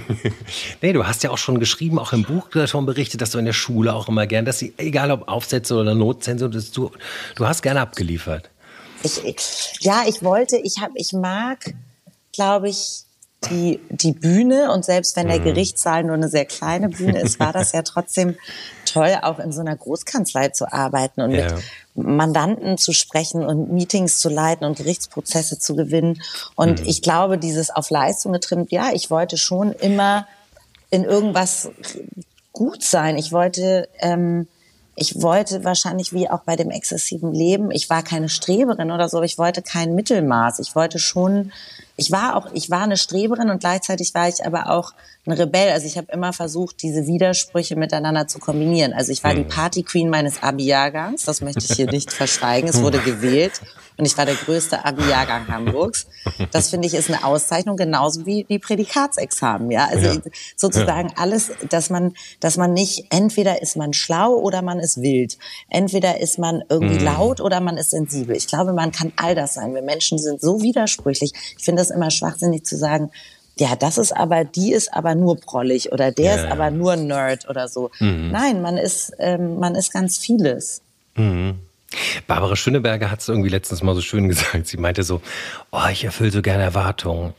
Nee, du hast ja auch schon geschrieben, auch im Buch schon berichtet, dass du in der Schule auch immer gern, dass sie, egal ob Aufsätze oder Notzensur, dass du, du hast gerne abgeliefert. Ich, ich, ja, ich wollte, ich habe, ich mag, glaube ich, die, die Bühne und selbst wenn der Gerichtssaal nur eine sehr kleine Bühne ist, war das ja trotzdem toll, auch in so einer Großkanzlei zu arbeiten und Ja. mit Mandanten zu sprechen und Meetings zu leiten und Gerichtsprozesse zu gewinnen. Und ich glaube, dieses auf Leistung getrimmt, ja, ich wollte schon immer in irgendwas gut sein. Ich wollte, ähm, ich wollte wahrscheinlich wie auch bei dem exzessiven Leben, ich war keine Streberin oder so, aber ich wollte kein Mittelmaß. Ich wollte schon, ich war auch, ich war eine Streberin und gleichzeitig war ich aber auch ein Rebell. Also ich habe immer versucht, diese Widersprüche miteinander zu kombinieren. Also ich war die Party-Queen meines Abi-Jahrgangs, das möchte ich hier nicht verschweigen. Es wurde gewählt und ich war der größte Abi-Jahrgang Hamburgs. Das finde ich ist eine Auszeichnung, genauso wie die Prädikatsexamen. Ja, also ja. sozusagen ja. alles, dass man, dass man nicht, entweder ist man schlau oder man ist wild. Entweder ist man irgendwie mhm. laut oder man ist sensibel. Ich glaube, man kann all das sein. Wir Menschen sind so widersprüchlich. Ich finde das immer schwachsinnig zu sagen, ja, das ist aber, die ist aber nur prollig oder der ja, ist aber nur Nerd oder so. Mhm. Nein, man ist, ähm, man ist ganz vieles. Mhm. Barbara Schöneberger hat es irgendwie letztens mal so schön gesagt. Sie meinte so, oh, ich erfülle so gerne Erwartungen.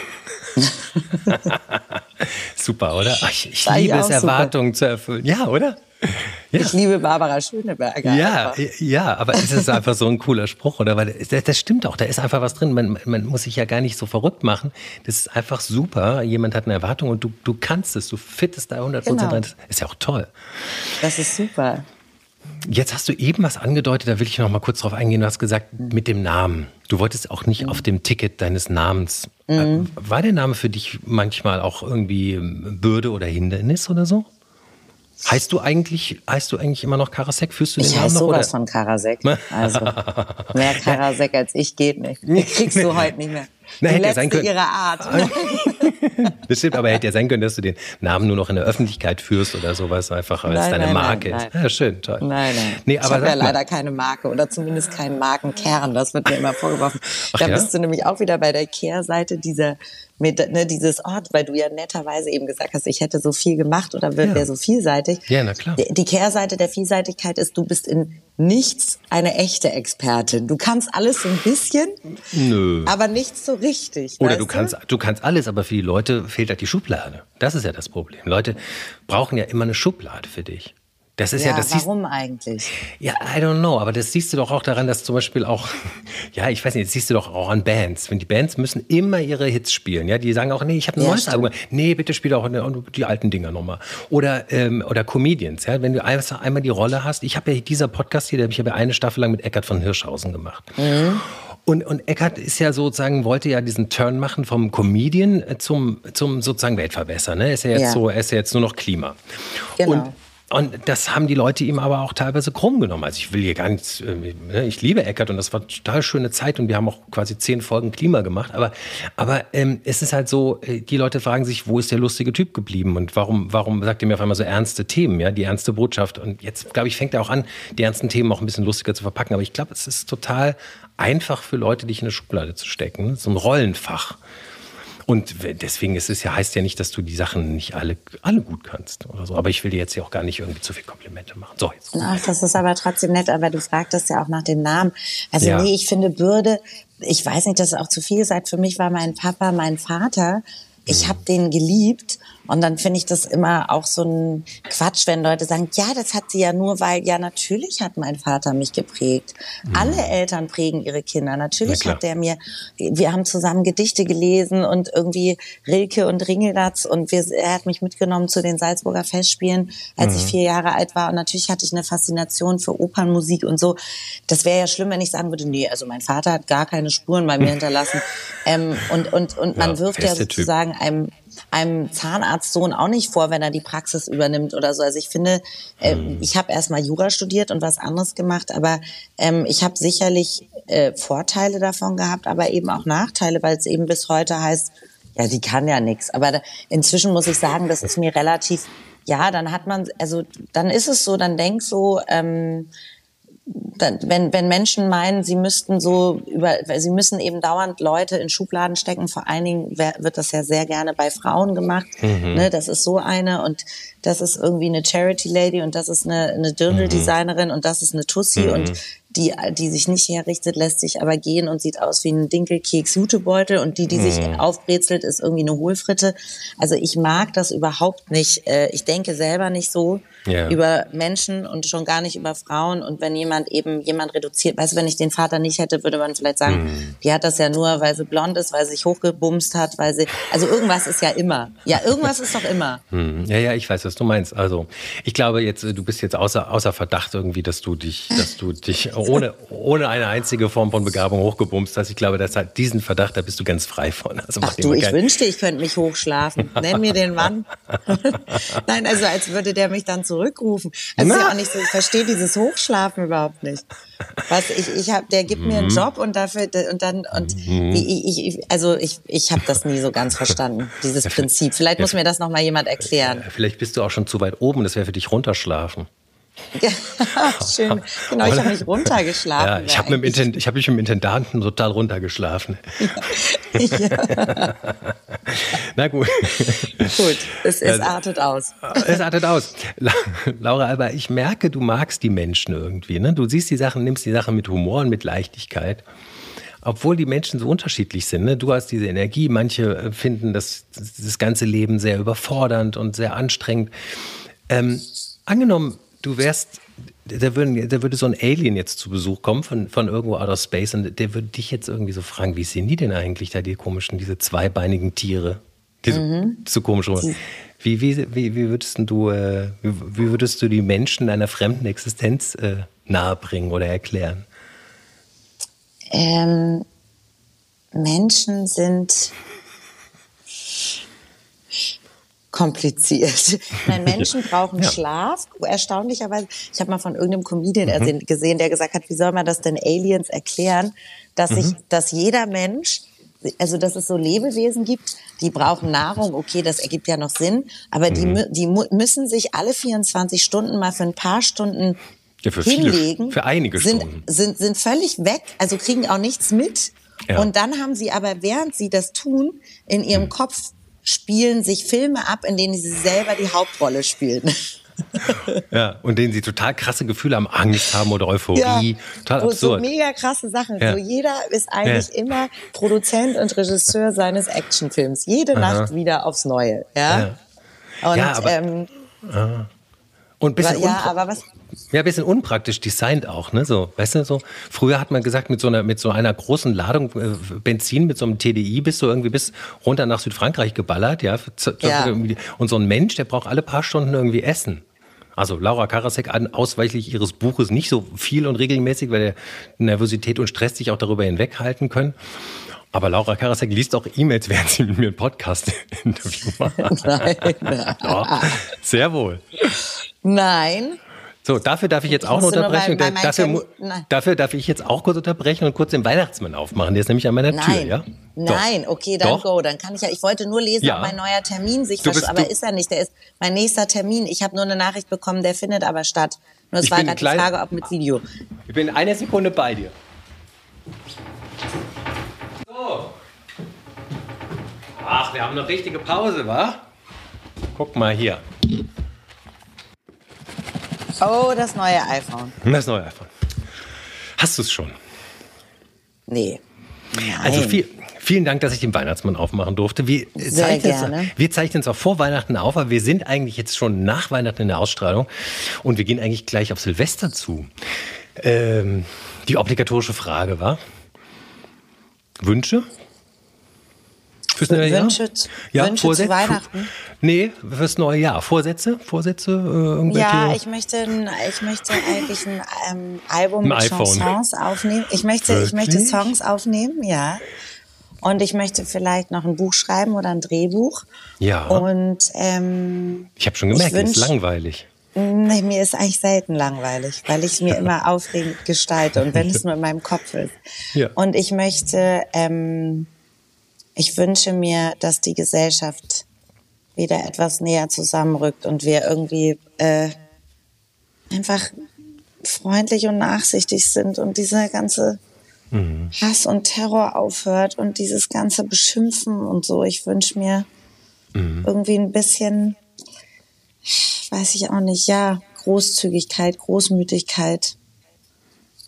Super, oder? Ach, ich ich liebe es, Erwartungen zu erfüllen. Ja, oder? Ja. Ich liebe Barbara Schöneberger. Ja, einfach. ja, aber es ist einfach so ein cooler Spruch, oder? Weil das, das stimmt auch, da ist einfach was drin. Man, man muss sich ja gar nicht so verrückt machen. Das ist einfach super. Jemand hat eine Erwartung und du, du kannst es, du fittest da hundert Prozent rein. Das ist ja auch toll. Das ist super. Jetzt hast du eben was angedeutet, da will ich noch mal kurz drauf eingehen. Du hast gesagt, mit dem Namen. Du wolltest auch nicht mhm. auf dem Ticket deines Namens. Mhm. War der Name für dich manchmal auch irgendwie Bürde oder Hindernis oder so? Heißt du eigentlich, heißt du eigentlich immer noch Karasek? Fühlst du den ich Namen heiße noch? sowas oder? von Karasek. Also mehr Karasek als ich geht nicht. Den kriegst du heute nicht mehr. Na, die hätte letzte ja sein können. ihrer Art. Das stimmt, aber hätte ja sein können, dass du den Namen nur noch in der Öffentlichkeit führst oder sowas, einfach als nein, deine nein, Marke nein, ist. Ja, schön, toll. Nein, nein. Nee, ich aber habe ja mal. leider keine Marke oder zumindest keinen Markenkern. Das wird mir immer vorgeworfen. Ach, da ja? bist du nämlich auch wieder bei der Kehrseite dieser, mit, ne, dieses Ort, weil du ja netterweise eben gesagt hast, ich hätte so viel gemacht oder wäre ja. so vielseitig. Ja, na klar. Die, die Kehrseite der Vielseitigkeit ist, du bist in nichts eine echte Expertin. Du kannst alles so ein bisschen, Nö. aber nichts so richtig. Oder weißt du kannst, du kannst alles, aber für die Leute fehlt halt die Schublade. Das ist ja das Problem. Leute brauchen ja immer eine Schublade für dich. Das ist ja, ja das warum siehst, eigentlich? Ja, I don't know, aber das siehst du doch auch daran, dass zum Beispiel auch, ja, ich weiß nicht, das siehst du doch auch an Bands. Wenn die Bands müssen immer ihre Hits spielen, ja, die sagen auch, nee, ich habe ein ja, neues stimmt. Album. Nee, bitte spiel auch die alten Dinger nochmal. Oder, ähm, oder Comedians, ja, wenn du einmal die Rolle hast. Ich habe ja dieser Podcast hier, ich habe ja eine Staffel lang mit Eckart von Hirschhausen gemacht. Mhm. Und, und Eckart ist ja sozusagen, wollte ja diesen Turn machen vom Comedian zum, zum sozusagen Weltverbesser, ne? Ist ja jetzt ja. so, er ist ja jetzt nur noch Klima. Genau. Und Und das haben die Leute ihm aber auch teilweise krumm genommen. Also ich will hier gar nichts, ich liebe Eckart und das war eine total schöne Zeit und wir haben auch quasi zehn Folgen Klima gemacht. Aber, aber ähm, es ist halt so, die Leute fragen sich, wo ist der lustige Typ geblieben und warum, warum sagt er mir auf einmal so ernste Themen, ja, die ernste Botschaft. Und jetzt, glaube ich, fängt er auch an, die ernsten Themen auch ein bisschen lustiger zu verpacken. Aber ich glaube, es ist total einfach für Leute, dich in eine Schublade zu stecken. So ein Rollenfach. Und deswegen ist es ja, heißt ja nicht, dass du die Sachen nicht alle, alle gut kannst oder so. Aber ich will dir jetzt ja auch gar nicht irgendwie zu viel Komplimente machen. So, jetzt. Ach, das ist aber trotzdem nett. Aber du fragtest ja auch nach dem Namen. Also ja. nee, ich finde Bürde, ich weiß nicht, dass es auch zu viel sagt. Für mich war mein Papa mein Vater. Ich habe den geliebt und dann finde ich das immer auch so ein Quatsch, wenn Leute sagen, ja, das hat sie ja nur, weil, ja, natürlich hat mein Vater mich geprägt. Mhm. Alle Eltern prägen ihre Kinder. Natürlich hat der mir, wir haben zusammen Gedichte gelesen und irgendwie Rilke und Ringelnatz und wir, er hat mich mitgenommen zu den Salzburger Festspielen, als mhm. ich vier Jahre alt war und natürlich hatte ich eine Faszination für Opernmusik und so. Das wäre ja schlimm, wenn ich sagen würde, nee, also mein Vater hat gar keine Spuren bei mir hinterlassen. ähm, und, und, und man ja, wirft ja sozusagen einem, einem Zahnarztsohn auch nicht vor, wenn er die Praxis übernimmt oder so. Also ich finde, äh, hm. ich habe erstmal Jura studiert und was anderes gemacht, aber ähm, ich habe sicherlich äh, Vorteile davon gehabt, aber eben auch Nachteile, weil es eben bis heute heißt, ja, die kann ja nichts. Aber da, inzwischen muss ich sagen, das ist mir relativ, ja, dann hat man, also dann ist es so, dann denk so, ähm, wenn, wenn Menschen meinen, sie müssten so über, sie müssen eben dauernd Leute in Schubladen stecken, vor allen Dingen wird das ja sehr gerne bei Frauen gemacht, mhm. ne, das ist so eine und das ist irgendwie eine Charity Lady und das ist eine, eine Dirndl-Designerin und das ist eine Tussi mhm. und die, die sich nicht herrichtet, lässt sich aber gehen und sieht aus wie ein Dinkelkeks-Jutebeutel und die, die mm. sich aufbrezelt, ist irgendwie eine Hohlfritte. Also ich mag das überhaupt nicht. Ich denke selber nicht so yeah. über Menschen und schon gar nicht über Frauen. Und wenn jemand eben jemand reduziert, weißt du, wenn ich den Vater nicht hätte, würde man vielleicht sagen, mm. die hat das ja nur, weil sie blond ist, weil sie sich hochgebumst hat, weil sie, also irgendwas ist ja immer. Ja, irgendwas ist doch immer. Mm. Ja, ja, ich weiß, was du meinst. Also ich glaube jetzt, du bist jetzt außer, außer Verdacht irgendwie, dass du dich, dass du dich ohne, ohne eine einzige Form von Begabung hochgebumst hast. Ich glaube, das hat diesen Verdacht, da bist du ganz frei von. Also ach du, ich wünschte, ich könnte mich hochschlafen. Nenn mir den Mann. Nein, also als würde der mich dann zurückrufen. Also ist ja auch nicht so, ich verstehe dieses Hochschlafen überhaupt nicht. Was ich, ich hab, der gibt mir einen Job und dafür und dann und ich, ich, also ich, ich habe das nie so ganz verstanden, dieses Prinzip. Vielleicht muss mir das noch mal jemand erklären. Vielleicht bist du auch schon zu weit oben. Das wäre für dich runterschlafen. Ja, schön. Genau, ich habe mich runtergeschlafen. Ja, ich habe mit, hab mich mit dem Intendanten total runtergeschlafen. Ja. Ja. Na gut. Gut, es, es artet aus. Es artet aus. Laura Alber, ich merke, du magst die Menschen irgendwie. Ne? Du siehst die Sachen, nimmst die Sachen mit Humor und mit Leichtigkeit. Obwohl die Menschen so unterschiedlich sind. Ne? Du hast diese Energie, manche finden das, das ganze Leben sehr überfordernd und sehr anstrengend. Ähm, angenommen, du wärst, da, würden, da würde so ein Alien jetzt zu Besuch kommen von, von irgendwo out of space und der würde dich jetzt irgendwie so fragen, wie sehen die denn eigentlich da, die komischen, diese zweibeinigen Tiere? Diese, mhm. so komisch. Wie, wie, wie, wie, würdest du, äh, wie, wie würdest du die Menschen deiner fremden Existenz äh, nahebringen oder erklären? Ähm, Menschen sind kompliziert. Nein, Menschen brauchen ja. Schlaf. Erstaunlicherweise, ich habe mal von irgendeinem Comedian mhm. gesehen, der gesagt hat, wie soll man das denn Aliens erklären, dass sich, mhm. dass jeder Mensch, also dass es so Lebewesen gibt, die brauchen Nahrung, okay, das ergibt ja noch Sinn, aber mhm. die, die müssen sich alle vierundzwanzig Stunden mal für ein paar Stunden ja, für hinlegen, viele, für einige sind, Stunden. Sind, sind völlig weg, also kriegen auch nichts mit. Ja. Und dann haben sie aber, während sie das tun, in ihrem mhm. Kopf spielen sich Filme ab, in denen sie selber die Hauptrolle spielen. Ja, und denen sie total krasse Gefühle haben, Angst haben oder Euphorie. Ja, total absurd. So mega krasse Sachen. Ja. So jeder ist eigentlich ja. immer Produzent und Regisseur seines Actionfilms. Jede Aha. Nacht wieder aufs Neue. Ja, ja. Und, ja aber, ähm, ah. und ein bisschen, ja, aber was, ja, ein bisschen unpraktisch designt auch, ne? So, weißt du, so. Früher hat man gesagt, mit so einer, mit so einer großen Ladung äh, Benzin, mit so einem T D I bist du irgendwie bis runter nach Südfrankreich geballert, ja? ja. Und so ein Mensch, der braucht alle paar Stunden irgendwie Essen. Also Laura Karasek, ausweichlich ihres Buches, nicht so viel und regelmäßig, weil der Nervosität und Stress sich auch darüber hinweghalten können. Aber Laura Karasek liest auch E-Mails, während sie mit mir ein Podcast-Interview macht. Nein. nein. Doch, sehr wohl. Nein. So, dafür darf ich jetzt auch noch unterbrechen. Bei, bei dafür, dafür darf ich jetzt auch kurz unterbrechen und kurz den Weihnachtsmann aufmachen. Der ist nämlich an meiner Nein. Tür, ja? Nein, Doch. okay, dann Doch. go. Dann kann ich ja, ich wollte nur lesen, ja. ob mein neuer Termin sich verschoben, aber ist er nicht. Der ist mein nächster Termin. Ich habe nur eine Nachricht bekommen, der findet aber statt. Nur es ich war gerade die Frage, ob mit Video. Ich bin eine Sekunde bei dir. So. Ach, wir haben eine richtige Pause, wa? Guck mal hier. Oh, das neue iPhone. Das neue iPhone. Hast du es schon? Nee. Nein. Also viel, vielen Dank, dass ich den Weihnachtsmann aufmachen durfte. Wir Sehr gerne. Es, wir zeichnen es auch vor Weihnachten auf, aber wir sind eigentlich jetzt schon nach Weihnachten in der Ausstrahlung und wir gehen eigentlich gleich auf Silvester zu. Ähm, die obligatorische Frage war: Wünsche? Fürs neue Jahr? Wünsche, ja, Wünsche Vorsätze? zu Weihnachten? Nee, fürs neue Jahr. Vorsätze? Vorsätze? Äh, irgendwelche? Ja, ich möchte, ich möchte eigentlich ein ähm, Album ein mit iPhone. Chansons aufnehmen. Ich möchte, ich möchte Songs aufnehmen, ja. Und ich möchte vielleicht noch ein Buch schreiben oder ein Drehbuch. Ja. Und ähm, ich habe schon gemerkt, es ist langweilig. Nee, mir ist eigentlich selten langweilig, weil ich es mir immer aufregend gestalte und wenn es nur in meinem Kopf ist. Ja. Und ich möchte, ähm, ich wünsche mir, dass die Gesellschaft wieder etwas näher zusammenrückt und wir irgendwie äh, einfach freundlich und nachsichtig sind und dieser ganze mhm. Hass und Terror aufhört und dieses ganze Beschimpfen und so. Ich wünsche mir mhm. irgendwie ein bisschen, weiß ich auch nicht, ja, Großzügigkeit, Großmütigkeit.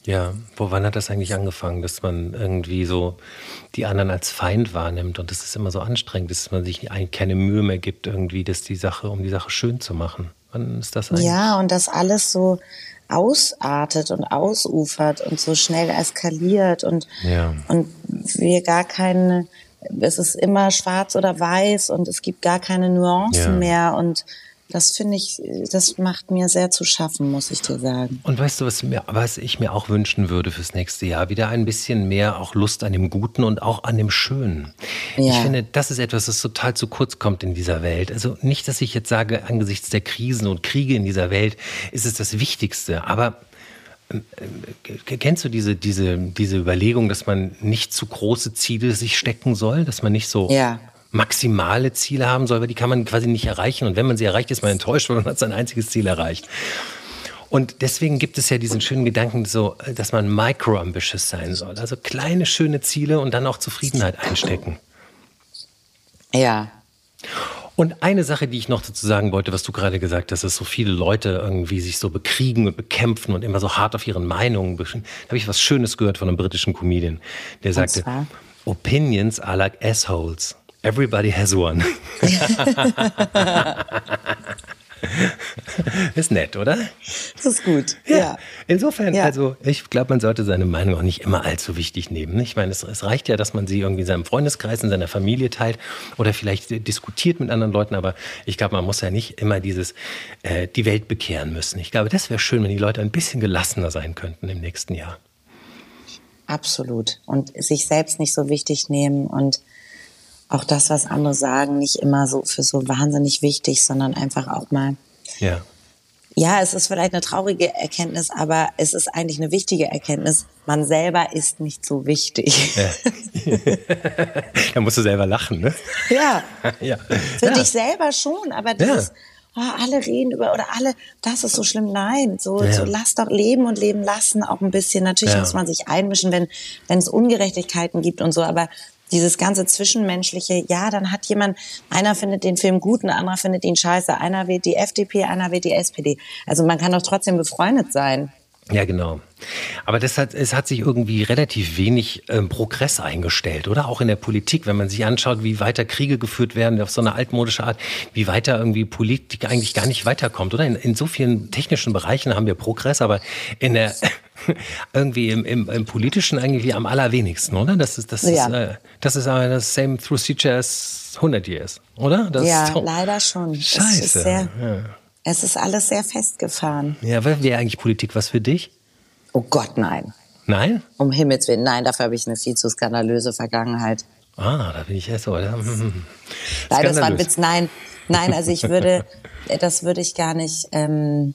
Ja, wo wann hat das eigentlich angefangen, dass man irgendwie so die anderen als Feind wahrnimmt und das ist immer so anstrengend, dass man sich eigentlich keine Mühe mehr gibt, irgendwie, dass die Sache, um die Sache schön zu machen. Wann ist das eigentlich? Ja, und das alles so ausartet und ausufert und so schnell eskaliert und, Ja. und wir gar keine, es ist immer schwarz oder weiß und es gibt gar keine Nuancen Ja. mehr und das finde ich, das macht mir sehr zu schaffen, muss ich dir sagen. Und weißt du, was, mir, was ich mir auch wünschen würde fürs nächste Jahr? Wieder ein bisschen mehr auch Lust an dem Guten und auch an dem Schönen. Ja. Ich finde, das ist etwas, das total zu kurz kommt in dieser Welt. Also nicht, dass ich jetzt sage, angesichts der Krisen und Kriege in dieser Welt ist es das Wichtigste. Aber äh, kennst du diese, diese, diese Überlegung, dass man nicht zu große Ziele sich stecken soll? Dass man nicht so... Ja. maximale Ziele haben soll, weil die kann man quasi nicht erreichen. Und wenn man sie erreicht, ist man enttäuscht, weil man hat sein einziges Ziel erreicht. Und deswegen gibt es ja diesen schönen Gedanken, so, dass man micro-ambitious sein soll. Also kleine, schöne Ziele und dann auch Zufriedenheit einstecken. Ja. Und eine Sache, die ich noch dazu sagen wollte, was du gerade gesagt hast, dass so viele Leute irgendwie sich so bekriegen und bekämpfen und immer so hart auf ihren Meinungen bestehen. Da habe ich was Schönes gehört von einem britischen Comedian, der sagte, zwar? Opinions are like assholes. Everybody has one. Ist nett, oder? Das ist gut. Ja. Ja. Insofern, Ja. also ich glaube, man sollte seine Meinung auch nicht immer allzu wichtig nehmen. Ich meine, es, es reicht ja, dass man sie irgendwie in seinem Freundeskreis, in seiner Familie teilt oder vielleicht diskutiert mit anderen Leuten. Aber ich glaube, man muss ja nicht immer dieses äh, die Welt bekehren müssen. Ich glaube, das wäre schön, wenn die Leute ein bisschen gelassener sein könnten im nächsten Jahr. Absolut. Und sich selbst nicht so wichtig nehmen und auch das, was andere sagen, nicht immer so für so wahnsinnig wichtig, sondern einfach auch mal, Ja. ja, es ist vielleicht eine traurige Erkenntnis, aber es ist eigentlich eine wichtige Erkenntnis. Man selber ist nicht so wichtig. Ja. Da musst du selber lachen, ne? Ja, Ja. für Ja. dich selber schon, aber dieses, Ja. oh, alle reden über, oder alle, das ist so schlimm. Nein, so, Ja. so lass doch leben und leben lassen auch ein bisschen. Natürlich Ja. muss man sich einmischen, wenn, wenn es Ungerechtigkeiten gibt und so, aber dieses ganze Zwischenmenschliche, ja, dann hat jemand, einer findet den Film gut, ein anderer findet ihn scheiße, einer wählt die F D P, einer wählt die S P D. Also man kann doch trotzdem befreundet sein. Ja, genau. Aber das hat, es hat sich irgendwie relativ wenig ähm, Progress eingestellt, oder? Auch in der Politik, wenn man sich anschaut, wie weiter Kriege geführt werden, auf so eine altmodische Art, wie weiter irgendwie Politik eigentlich gar nicht weiterkommt, oder? In, in so vielen technischen Bereichen haben wir Progress, aber in der irgendwie im, im, im Politischen eigentlich am allerwenigsten, oder? Das ist, das Ja. ist, äh, das ist aber das same procedure as hundred years, oder? Das Ja, ist doch leider schon. Es Scheiße. ist sehr, ja. es ist alles sehr festgefahren. Ja, wäre eigentlich Politik was für dich? Oh Gott, nein. Nein? Um Himmels Willen, nein, dafür habe ich eine viel zu skandalöse Vergangenheit. Ah, da bin ich erst so, oder? Nein, das war ein Skandalös. Witz. Nein, nein, also ich würde, das würde ich gar nicht, ähm,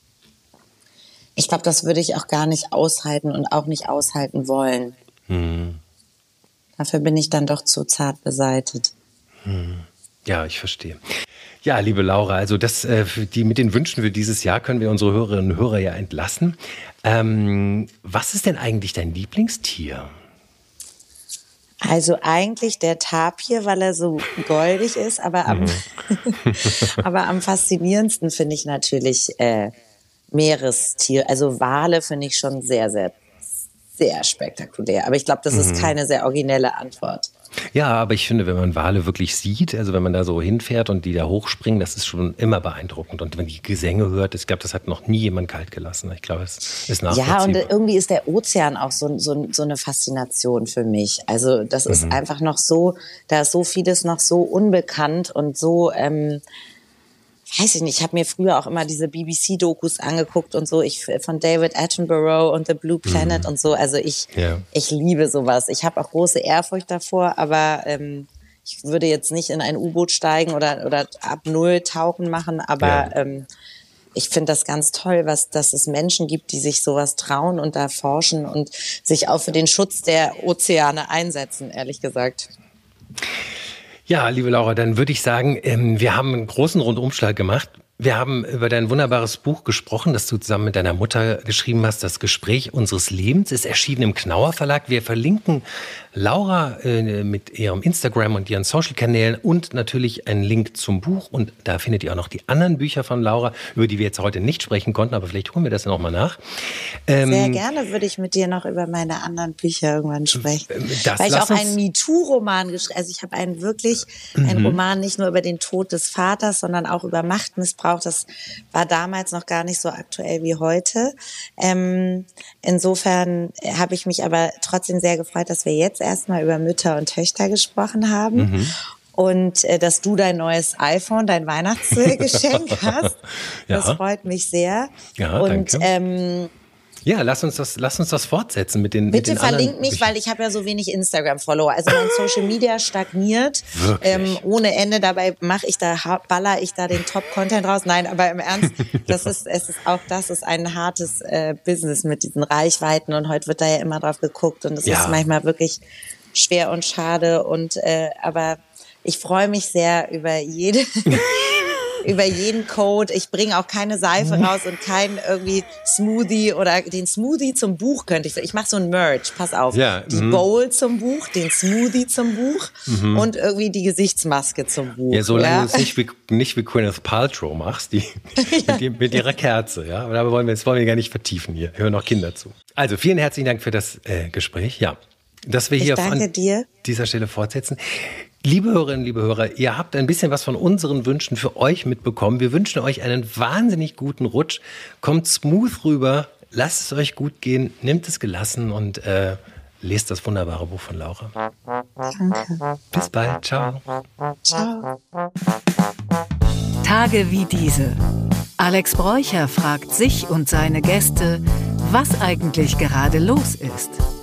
ich glaube, das würde ich auch gar nicht aushalten und auch nicht aushalten wollen. Hm. Dafür bin ich dann doch zu zart beseitet. Ja, ich verstehe. Ja, liebe Laura, also das, äh, für die, mit den Wünschen für dieses Jahr können wir unsere Hörerinnen und Hörer ja entlassen. Ähm, was ist denn eigentlich dein Lieblingstier? Also eigentlich der Tapir, weil er so goldig ist, aber am, aber am faszinierendsten finde ich natürlich äh, Meerestier. Also Wale finde ich schon sehr, sehr, sehr spektakulär. Aber ich glaube, das ist keine sehr originelle Antwort. Ja, aber ich finde, wenn man Wale wirklich sieht, also wenn man da so hinfährt und die da hochspringen, das ist schon immer beeindruckend. Und wenn die Gesänge hört, ich glaube, das hat noch nie jemand kalt gelassen. Ich glaube, es ist nachvollziehbar. Ja, und irgendwie ist der Ozean auch so, so, so eine Faszination für mich. Also das ist Mhm. einfach noch so, da ist so vieles noch so unbekannt und so, ähm, weiß ich nicht, ich habe mir früher auch immer diese B B C-Dokus angeguckt und so, ich von David Attenborough und The Blue Planet und so. Also ich, Ja. ich liebe sowas. Ich habe auch große Ehrfurcht davor, aber ähm, ich würde jetzt nicht in ein U-Boot steigen oder, oder ab Null tauchen machen, aber Ja. ähm, ich finde das ganz toll, was, dass es Menschen gibt, die sich sowas trauen und da forschen und sich auch für den Schutz der Ozeane einsetzen, ehrlich gesagt. Ja, liebe Laura, dann würde ich sagen, ähm, wir haben einen großen Rundumschlag gemacht. Wir haben über dein wunderbares Buch gesprochen, das du zusammen mit deiner Mutter geschrieben hast. Das Gespräch unseres Lebens ist erschienen im Knauer Verlag. Wir verlinken Laura äh, mit ihrem Instagram und ihren Social-Kanälen und natürlich einen Link zum Buch. Und da findet ihr auch noch die anderen Bücher von Laura, über die wir jetzt heute nicht sprechen konnten, aber vielleicht holen wir das ja nochmal nach. Ähm, Sehr gerne würde ich mit dir noch über meine anderen Bücher irgendwann sprechen. Das Weil ich auch einen MeToo-Roman geschrieben habe. Also ich habe einen wirklich, mhm. einen Roman nicht nur über den Tod des Vaters, sondern auch über Machtmissbrauch. Das war damals noch gar nicht so aktuell wie heute. Ähm, insofern habe ich mich aber trotzdem sehr gefreut, dass wir jetzt erstmal über Mütter und Töchter gesprochen haben. Mhm. Und äh, dass du dein neues iPhone, dein Weihnachtsgeschenk hast. Ja. Das freut mich sehr. Ja, und danke. Ähm, Ja, lass uns das, lass uns das fortsetzen mit den Bitte mit den verlink anderen mich, weil ich habe ja so wenig Instagram-Follower. Also mein Social Media stagniert ähm, ohne Ende. Dabei mache ich da, baller ich da den Top-Content raus. Nein, aber im Ernst, das ist, es ist auch das ist ein hartes äh, Business mit diesen Reichweiten und heute wird da ja immer drauf geguckt und es ja. ist manchmal wirklich schwer und schade und äh, aber ich freue mich sehr über jede über jeden Code. Ich bringe auch keine Seife raus und keinen irgendwie Smoothie oder den Smoothie zum Buch könnte ich. Ich mache so ein Merch, pass auf. Ja, die mm. Bowl zum Buch, den Smoothie zum Buch mm-hmm. und irgendwie die Gesichtsmaske zum Buch. Ja, solange ja? du es nicht wie, nicht wie Gwyneth Paltrow machst, die, ja. mit, mit ihrer Kerze. Ja, aber da wollen wir, das wollen wir gar nicht vertiefen hier. Hören noch Kinder zu. Also vielen herzlichen Dank für das äh, Gespräch. Ja, dass wir hier an dir. dieser Stelle fortsetzen. Liebe Hörerinnen, liebe Hörer, ihr habt ein bisschen was von unseren Wünschen für euch mitbekommen. Wir wünschen euch einen wahnsinnig guten Rutsch. Kommt smooth rüber, lasst es euch gut gehen, nehmt es gelassen und äh, lest das wunderbare Buch von Laura. Danke. Bis bald. Ciao. Ciao. Tage wie diese. Alex Bräucher fragt sich und seine Gäste, was eigentlich gerade los ist.